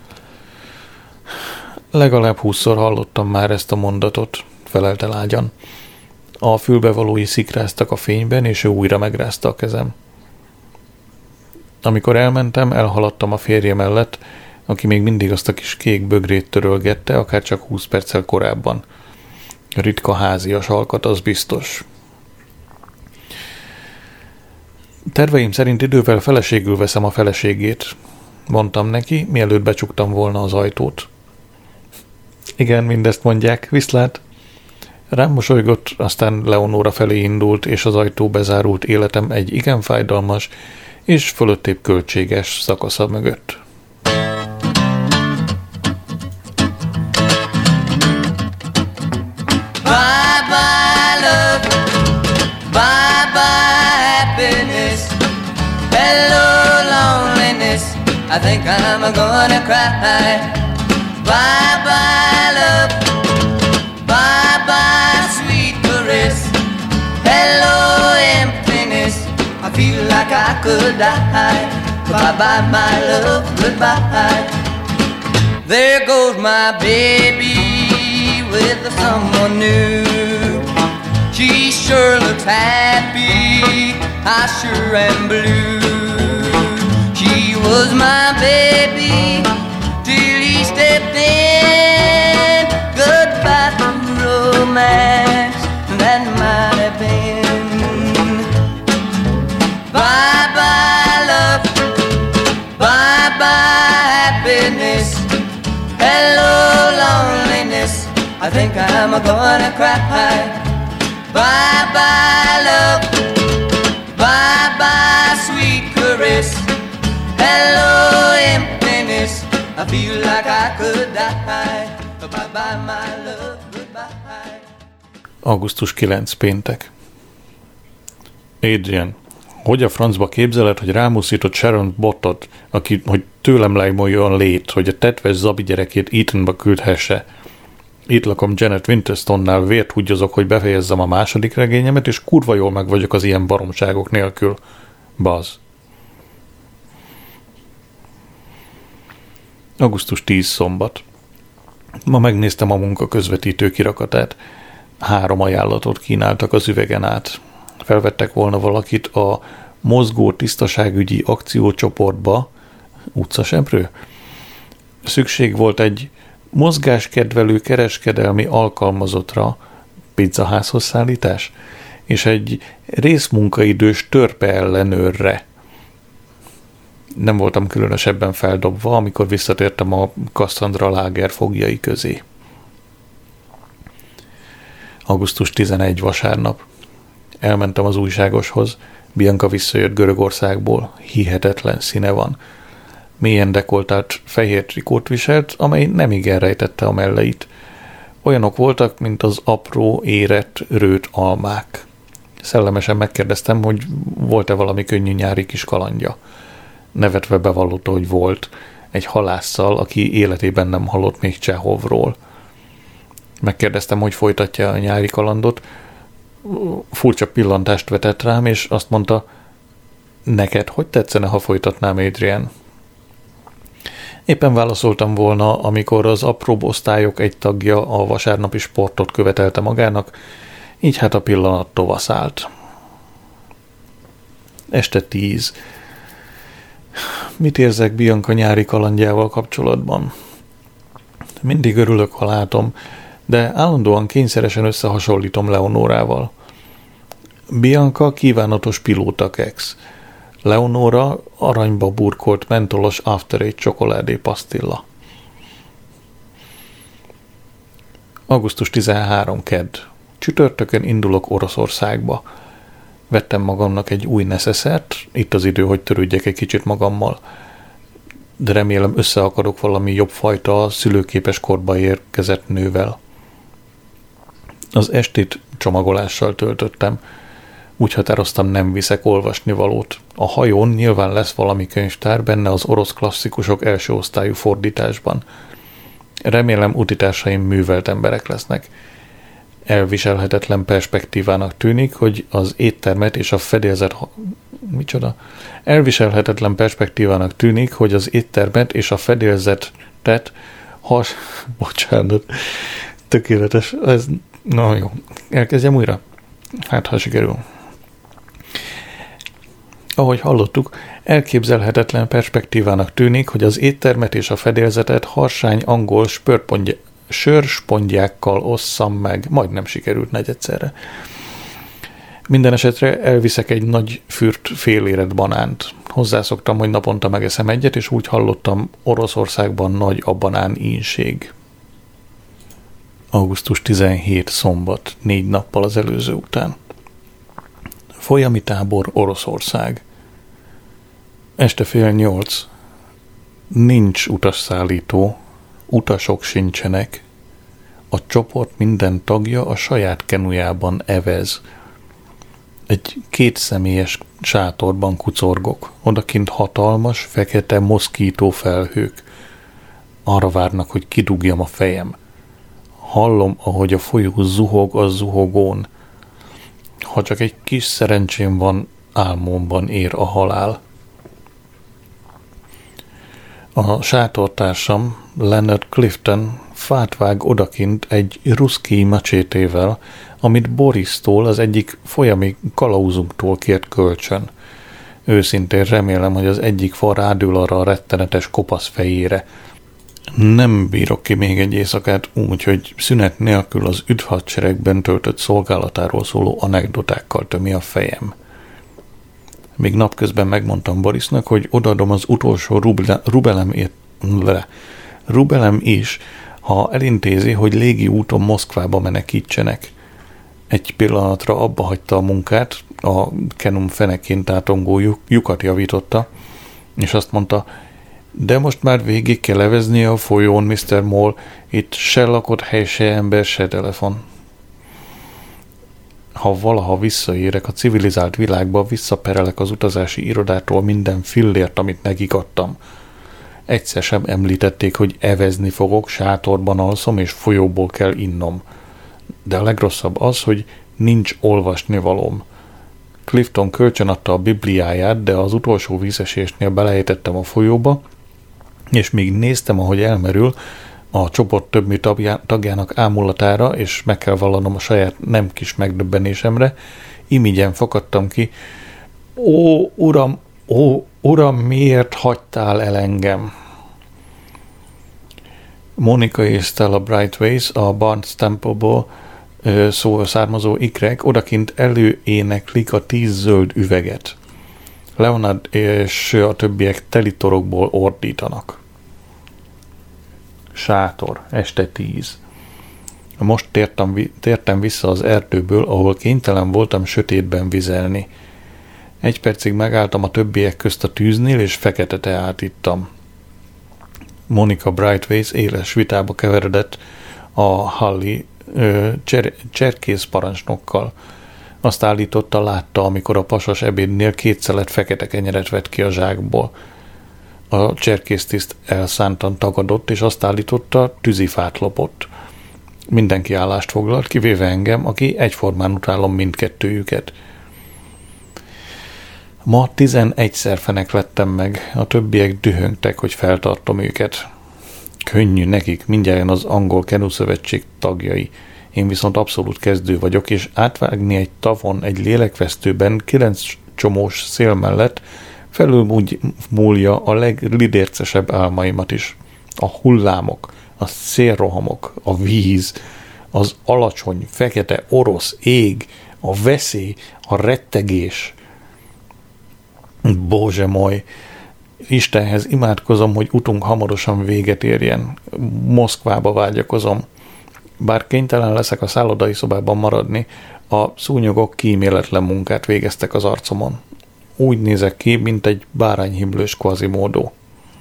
Legalább húszszor hallottam már ezt a mondatot, felelte lágyan. A fülbevalói szikráztak a fényben, és ő újra megrázta a kezem. Amikor elmentem, elhaladtam a férje mellett, aki még mindig azt a kis kék bögrét törölgette, akár csak húsz perccel korábban. Ritka házias alkat, az biztos. Terveim szerint idővel feleségül veszem a feleségét, mondtam neki, mielőtt becsuktam volna az ajtót. Igen, mindezt mondják, viszlát. Rám mosolygott, aztán Leonóra felé indult, és az ajtó bezárult életem egy igen fájdalmas és fölöttébb költséges szakasza mögött. Bye-bye love, bye-bye happiness, hello loneliness, I think I'm gonna cry. Bye-bye love, bye-bye sweet caress, hello emptiness, I feel like I could die. Bye-bye my love, goodbye. There goes my baby with someone new. was happy, I sure am blue. She was my baby till he stepped in. Goodbye to romance that might have been. Bye bye love, bye bye happiness. Hello loneliness, I think I'm gonna cry. Bye bye love, bye bye sweet caress. Hello emptiness, I feel like I could die. Bye bye my love, goodbye. augusztus kilencedike péntek. Adrian, hogy a francba képzeled, hogy rámuszított Sharon Bottot, aki, hogy tőlem lájmoljon lét, hogy a tetves Zabi gyerekét Etonba küldhesse. Itt lakom Janet Winterstone-nál, vért húgyozok, hogy befejezzem a második regényemet, és kurva jól meg vagyok az ilyen baromságok nélkül. Buzz. augusztus tizedik szombat. Ma megnéztem a munka közvetítő kirakatát. Három ajánlatot kínáltak az üvegen át. Felvettek volna valakit a mozgó tisztaságügyi akciócsoportba, utcaseprő. Szükség volt egy mozgáskedvelő kereskedelmi alkalmazottra, pizzaházhoz szállítás, és egy részmunkaidős törpe ellenőrre. Nem voltam különösebben feldobva, amikor visszatértem a Cassandra láger fogjai közé. augusztus tizenegyedike vasárnap. Elmentem az újságoshoz, Bianca visszajött Görögországból, hihetetlen színe van. Mélyen dekoltált fehér trikót viselt, amely nem igen rejtette a melleit. Olyanok voltak, mint az apró, érett, rőt almák. Szellemesen megkérdeztem, hogy volt-e valami könnyű nyári kis kalandja. Nevetve bevallotta, hogy volt, egy halásszal, aki életében nem hallott még Csehovról. Megkérdeztem, hogy folytatja a nyári kalandot. Furcsa pillantást vetett rám, és azt mondta, neked hogy tetszene, ha folytatnám, Adrian? Éppen válaszoltam volna, amikor az apróbb osztályok egy tagja a vasárnapi sportot követelte magának, így hát a pillanat tovaszállt. Este tíz. Mit érzek Bianca nyári kalandjával kapcsolatban? Mindig örülök, ha látom, de állandóan kényszeresen összehasonlítom Leonorával. Bianca kívánatos pilótakex. Leonora aranyba burkolt mentolos After Eight csokoládé pasztilla. augusztus tizenharmadika kedd. Csütörtökön indulok Oroszországba. Vettem magamnak egy új neszeszert, itt az idő, hogy törődjek egy kicsit magammal. De remélem össze akarok valami jobb fajta, szülőképes korba érkezett nővel. Az estét csomagolással töltöttem. Úgy határoztam, nem viszek olvasnivalót. A hajón nyilván lesz valami könyvtár, benne az orosz klasszikusok első osztályú fordításban. Remélem utitársaim művelt emberek lesznek. Elviselhetetlen perspektívának tűnik, hogy az éttermet és a fedélzet... Micsoda? Elviselhetetlen perspektívának tűnik, hogy az éttermet és a fedélzetet has... Bocsánat. Tökéletes. Ez... Na jó. Elkezdjem újra? Hát, ha sikerül. Ahogy hallottuk, elképzelhetetlen perspektívának tűnik, hogy az éttermet és a fedélzetet harsány angol spörpondja... sörspongyákkal osszam meg. Majdnem sikerült negyedszerre. Minden esetre elviszek egy nagy fürt félérett banánt. Hozzászoktam, hogy naponta megeszem egyet, és úgy hallottam, Oroszországban nagy a banán ínség. augusztus tizenhetedike szombat, négy nappal az előző után. Folyami tábor Oroszország. Este fél nyolc. Nincs utasszállító, utasok sincsenek. A csoport minden tagja a saját kenujában evez. Egy kétszemélyes sátorban kucorgok. Odakint hatalmas, fekete moszkító felhők. Arra várnak, hogy kidugjam a fejem. Hallom, ahogy a folyó zuhog a zuhogón. Ha csak egy kis szerencsém van, álmomban ér a halál. A sátortársam, Leonard Clifton, fát vág odakint egy ruszki macsétével, amit Borisztól, az egyik folyami kalauzunktól kért kölcsön. Őszintén remélem, hogy az egyik fal rádül arra a rettenetes kopasz fejére. Nem bírok ki még egy éjszakát úgy, hogy szünet nélkül az üdvhadseregben töltött szolgálatáról szóló anekdotákkal tömi a fejem. Még napközben megmondtam Borisnak, hogy odaadom az utolsó ruble, rubelem, le, rubelem is, ha elintézi, hogy légi úton Moszkvába menekítsenek. Egy pillanatra abba hagyta a munkát, a Kenum fenekén tátongó lyuk, lyukat javította, és azt mondta, de most már végig kell leveznie a folyón, miszter Moll, itt se lakott hely, se ember, se telefon. Ha valaha visszaérek a civilizált világba, visszaperelek az utazási irodától minden fillért, amit nekik adtam. Egyszer sem említették, hogy evezni fogok, sátorban alszom, és folyóból kell innom. De a legrosszabb az, hogy nincs olvasnivalóm. Clifton kölcsön adta a bibliáját, de az utolsó vízesésnél belejtettem a folyóba, és még néztem, ahogy elmerül, a csoport többi tagjának ámulatára, és meg kell vallanom a saját nem kis megdöbbenésemre, imigyen fakadtam ki, ó, uram, ó, uram, miért hagytál el engem? Monica és Stella Brightways, a Barnes Temple-ból szó származó ikrek odakint előéneklik a tíz zöld üveget. Leonard és a többiek teli torokból ordítanak. Sátor, este tíz. Most tértem, tértem vissza az erdőből, ahol kénytelen voltam sötétben vizelni. Egy percig megálltam a többiek közt a tűznél, és fekete teát ittam. Monica Brightways éles vitába keveredett a Halli cser- cserkész parancsnokkal. Azt állította, látta, amikor a pasas ebédnél két szelet fekete kenyeret vett ki a zsákból. A cserkésztiszt elszántan tagadott, és azt állította, tűzifát lopott. Mindenki állást foglalt, kivéve engem, aki egyformán utálom mindkettőjüket. Ma tizenegyszer fenek lettem meg, a többiek dühöngtek, hogy feltartom őket. Könnyű nekik, mindjárt az angol kenúszövetség tagjai. Én viszont abszolút kezdő vagyok, és átvágni egy tavon, egy lélekvesztőben, kilenc csomós szél mellett felülmúlja a leglidércesebb álmaimat is. A hullámok, a szélrohamok, a víz, az alacsony, fekete, orosz ég, a veszély, a rettegés. Bózse moj! Istenhez imádkozom, hogy utunk hamarosan véget érjen. Moszkvába vágyakozom. Bár kénytelen leszek a szállodai szobában maradni, a szúnyogok kíméletlen munkát végeztek az arcomon. Úgy nézek ki, mint egy bárányhimlős Quasimodo.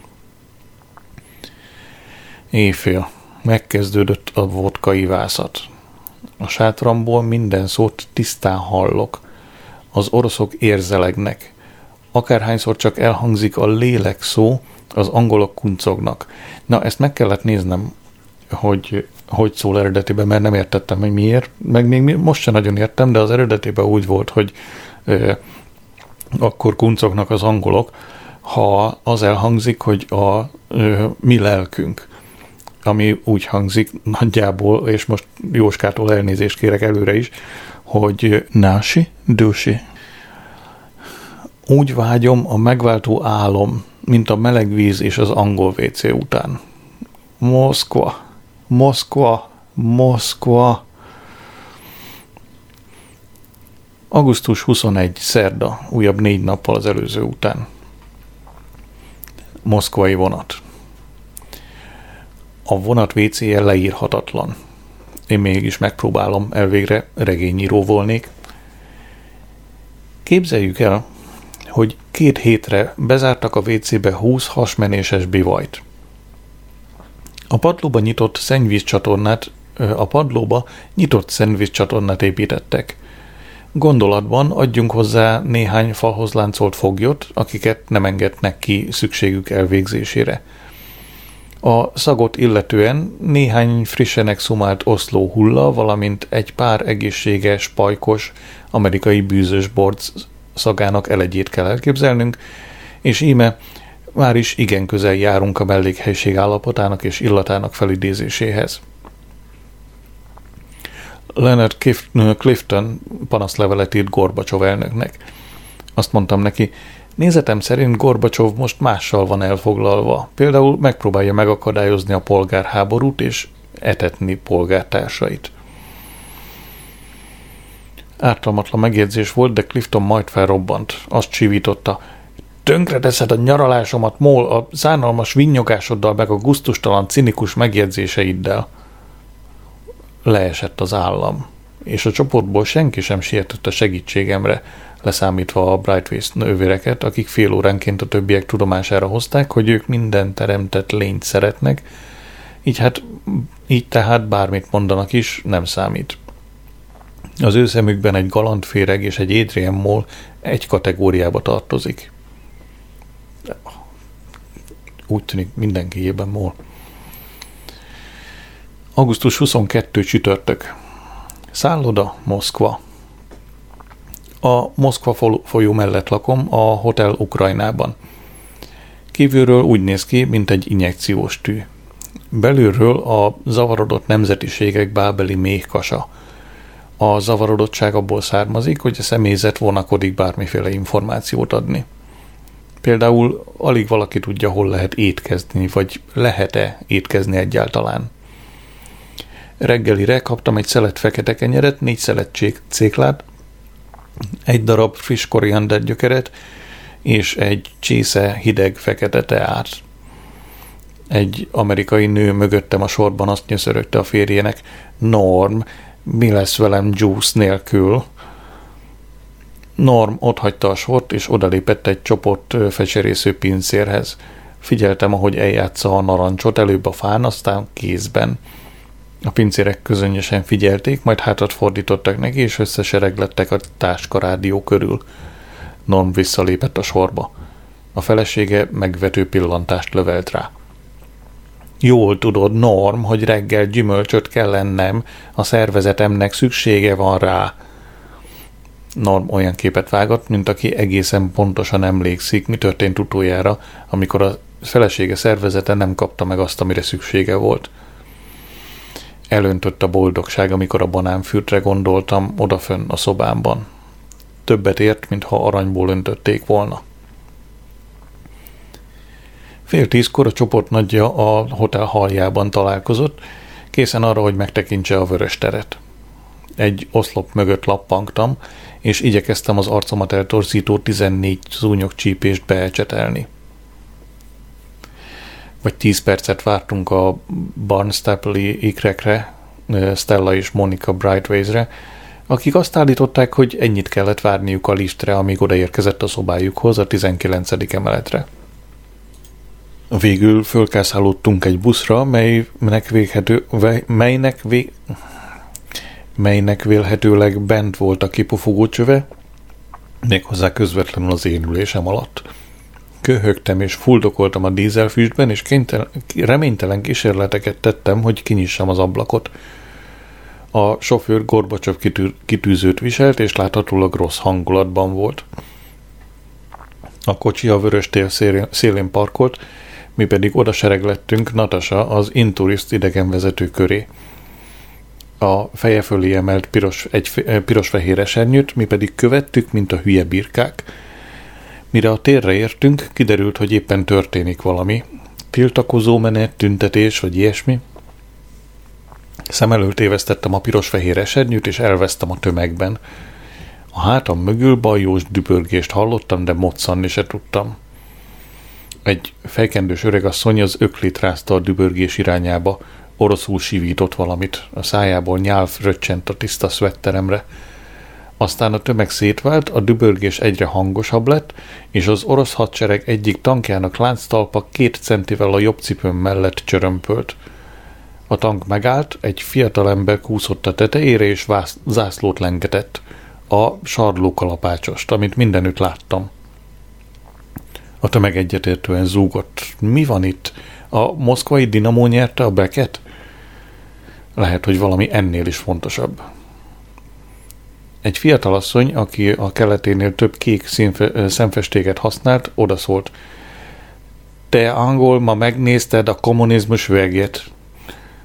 Éjfél. Megkezdődött a vodka ivászat. A sátramból minden szót tisztán hallok. Az oroszok érzelegnek. Akárhányszor csak elhangzik a lélek szó, az angolok kuncognak. Na, ezt meg kellett néznem, hogy hogy szól eredetiben, mert nem értettem, hogy miért. Meg még most sem nagyon értem, de az eredetiben úgy volt, hogy ö, akkor kuncognak az angolok, ha az elhangzik, hogy a ö, mi lelkünk, ami úgy hangzik nagyjából, és most Jóskától elnézést kérek előre is, hogy nási, dősi. Úgy vágyom a megváltó álom, mint a meleg víz és az angol vécé után. Moszkva, Moszkva, Moszkva. augusztus huszonegyedike, szerda, újabb négy nappal az előző után. Moszkvai vonat. A vonat vécéje leírhatatlan. Én mégis megpróbálom, elvégre regényíró volnék. Képzeljük el, hogy két hétre bezártak a vécébe húsz hasmenéses bivajt. A padlóba nyitott szennyvízcsatornát, a padlóba nyitott szennyvízcsatornát építettek. Gondolatban adjunk hozzá néhány falhoz láncolt foglyot, akiket nem engednek ki szükségük elvégzésére. A szagot illetően néhány frissen exhumált oszló hulla, valamint egy pár egészséges, pajkos, amerikai bűzös borc szagának elegyét kell elképzelnünk, és íme már is igen közel járunk a mellékhelység állapotának és illatának felidézéséhez. Leonard Clifton panaszlevelet írt Gorbacsov elnöknek. Azt mondtam neki, nézetem szerint Gorbacsov most mással van elfoglalva. Például megpróbálja megakadályozni a polgárháborút és etetni polgártársait. Ártalmatlan megjegyzés volt, de Clifton majd felrobbant. Azt csivította. Tönkreteszed a nyaralásomat, Mól, a szánalmas vinyogásoddal, meg a gusztustalan, cinikus megjegyzéseiddel. Leesett az állam, és a csoportból senki sem sietett a segítségemre, leszámítva a Brightways nővéreket, akik fél óránként a többiek tudomására hozták, hogy ők minden teremtett lényt szeretnek, így, hát, így tehát bármit mondanak is, nem számít. Az ő szemükben egy galantféreg és egy Adrian Mole egy kategóriába tartozik. Úgy tűnik mindenkiében Mole. augusztus huszonkettő csütörtök. Szálloda, Moszkva. A Moszkva folyó mellett lakom, a Hotel Ukrajnában. Kívülről úgy néz ki, mint egy injekciós tű. Belülről a zavarodott nemzetiségek bábeli méhkasa. A zavarodottság abból származik, hogy a személyzet vonakodik bármiféle információt adni. Például alig valaki tudja, hol lehet étkezni, vagy lehet-e étkezni egyáltalán. Reggelire kaptam egy szelet fekete kenyeret, négy szelet céklát, egy darab friss koriander gyökeret, és egy csésze hideg fekete teát. Egy amerikai nő mögöttem a sorban azt nyöszörögte a férjének, Norm, mi lesz velem juice nélkül? Norm otthagyta a sort, és odalépett egy csoport fecserésző pincérhez. Figyeltem, ahogy eljátsza a narancsot, előbb a fán, aztán kézben. A pincérek közönösen figyelték, majd hátat fordítottak neki, és összesereglettek a táskarádió körül. Norm visszalépett a sorba. A felesége megvető pillantást lövelt rá. Jól tudod, Norm, hogy reggel gyümölcsöt kell lennem, a szervezetemnek szüksége van rá. Norm olyan képet vágott, mint aki egészen pontosan emlékszik, mi történt utoljára, amikor a felesége szervezete nem kapta meg azt, amire szüksége volt. Elöntött a boldogság, amikor a banánfürtre gondoltam odafönn a szobámban. Többet ért, mintha aranyból öntötték volna. Fél tízkor a csoport nagyja a hotel haljában találkozott, készen arra, hogy megtekintse a vörös teret. Egy oszlop mögött lappangtam, és igyekeztem az arcomat eltorzító tizennégy szúnyog csípést beecsetelni. Vagy tíz percet vártunk a Barnstaple-i ikrekre, Stella és Monica Brightwaysre, akik azt állították, hogy ennyit kellett várniuk a liftre, amíg odaérkezett a szobájukhoz a tizenkilencedik emeletre. Végül fölkászálódtunk egy buszra, melynek, véghető, melynek, vég, melynek vélhetőleg bent volt a kipufogó csöve, méghozzá közvetlenül az én ülésem alatt. Köhögtem és fuldokoltam a dízelfüstben, és kénytelen, reménytelen kísérleteket tettem, hogy kinyissam az ablakot. A sofőr Gorbacsov kitű, kitűzőt viselt, és láthatólag rossz hangulatban volt. A kocsi a Vöröstér szélén parkolt, mi pedig oda sereglettünk Natasha, az Intourist idegenvezető köré. A feje fölé emelt piros, egy piros-fehér esernyőt, mi pedig követtük, mint a hülye birkák. Mire a térre értünk, kiderült, hogy éppen történik valami. Tiltakozó menet, tüntetés, vagy ilyesmi. Szem előtt évesztettem a piros-fehér esernyőt, és elvesztem a tömegben. A hátam mögül bajós dübörgést hallottam, de moccanni se tudtam. Egy fejkendős öregasszony az öklit rázta a dübörgés irányába, oroszul sivított valamit, a szájából nyálv röccsent a tiszta szvetteremre. Aztán a tömeg szétvált, a dübörgés egyre hangosabb lett, és az orosz hadsereg egyik tankjának lánctalpa két centivel a jobb cipőm mellett csörömpölt. A tank megállt, egy fiatalember kúszott a tetejére, és vász, zászlót lengetett. A sarlókalapácsost, amit mindenütt láttam. A tömeg egyetértően zúgott. Mi van itt? A moszkvai Dinamo nyerte a Beket? Lehet, hogy valami ennél is fontosabb. Egy fiatalasszony, aki a keleténél több kék színfe- szemfestéket használt, odaszólt. Te, angol, ma megnézted a kommunizmus végét?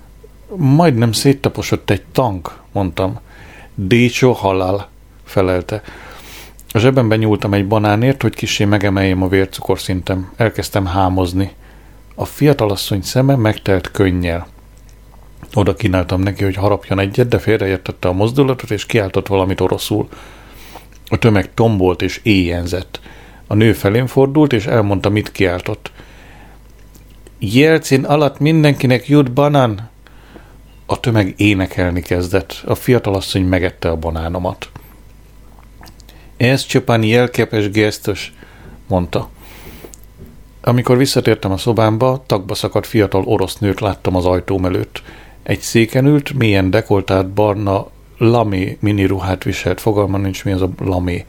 Majdnem széttaposott egy tank, mondtam. Décsó halál, felelte. A zsebemben nyúltam egy banánért, hogy kissé megemeljem a vércukorszintem. Elkezdtem hámozni. A fiatalasszony szeme megtelt könnyel. Oda kínáltam neki, hogy harapjon egyet, de félreértette a mozdulatot, és kiáltott valamit oroszul. A tömeg tombolt és éjjenzett. A nő felém fordult, és elmondta, mit kiáltott. Jelcin alatt mindenkinek jut banán! A tömeg énekelni kezdett. A fiatalasszony megette a banánomat. Ez csupán jelképes gesztus, mondta. Amikor visszatértem a szobámba, tagba szakadt fiatal orosz nőt láttam az ajtóm előtt. Egy széken ült, mélyen dekoltált barna lamé miniruhát viselt. Fogalma nincs, mi az a lamé.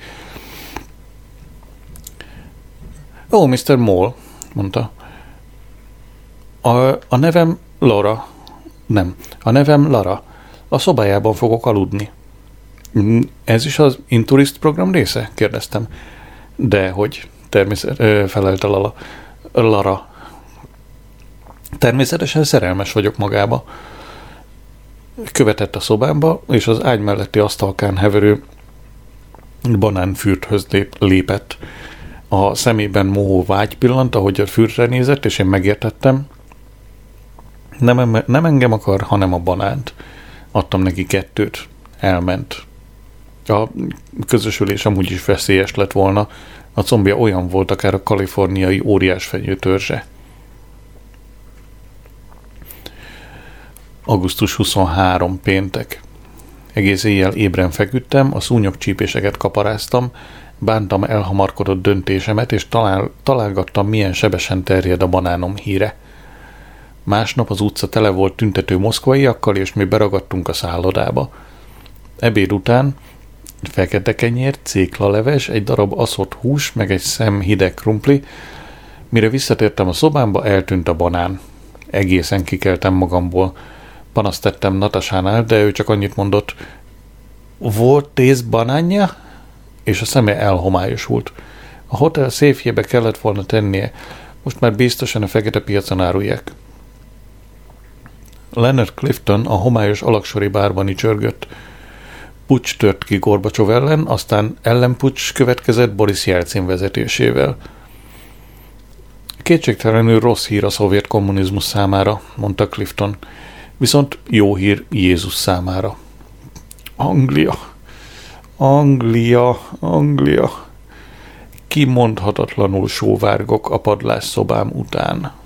Ó, oh, miszter Moll, mondta. A, a nevem Laura. Nem, a nevem Lara. A szobájában fogok aludni. Ez is az Inturist program része? Kérdeztem. Dehogy, természetesen felelte Lala. Lara. Természetesen szerelmes vagyok magába. Követett a szobámba, és az ágy melletti asztalkán heverő banánfürthöz lép, lépett. A szemében mohó vágy pillant, ahogy a fürtre nézett, és én megértettem. Nem, nem engem akar, hanem a banánt. Adtam neki kettőt. Elment. A közösülés amúgy is veszélyes lett volna. A combja olyan volt, akár a kaliforniai óriásfenyő törzse. augusztus huszonharmadika péntek. Egész éjjel ébren feküdtem, a szúnyogcsípéseket kaparáztam, bántam elhamarkodott döntésemet, és talál, találgattam, milyen sebesen terjed a banánom híre. Másnap az utca tele volt tüntető moszkvaiakkal, és mi beragadtunk a szállodába. Ebéd után fekete kenyér, céklaleves, egy darab aszott hús, meg egy szem hideg krumpli. Mire visszatértem a szobámba, eltűnt a banán. Egészen kikeltem magamból. Panaszt tettem Natasánál, de ő csak annyit mondott, volt tész banánja? És a szeme elhomályosult. A hotel széfjébe kellett volna tennie, most már biztosan a fekete piacon árulják. Leonard Clifton a homályos alaksori bárban csörgött. Puccs tört ki Gorbacsov ellen, aztán ellenpuccs következett Boris Jelcin vezetésével. Kétségtelenül rossz hír a szovjet kommunizmus számára, mondta Clifton, viszont jó hír Jézus számára. Anglia, Anglia, Anglia. Kimondhatatlanul sóvárgok a padlásszobám után.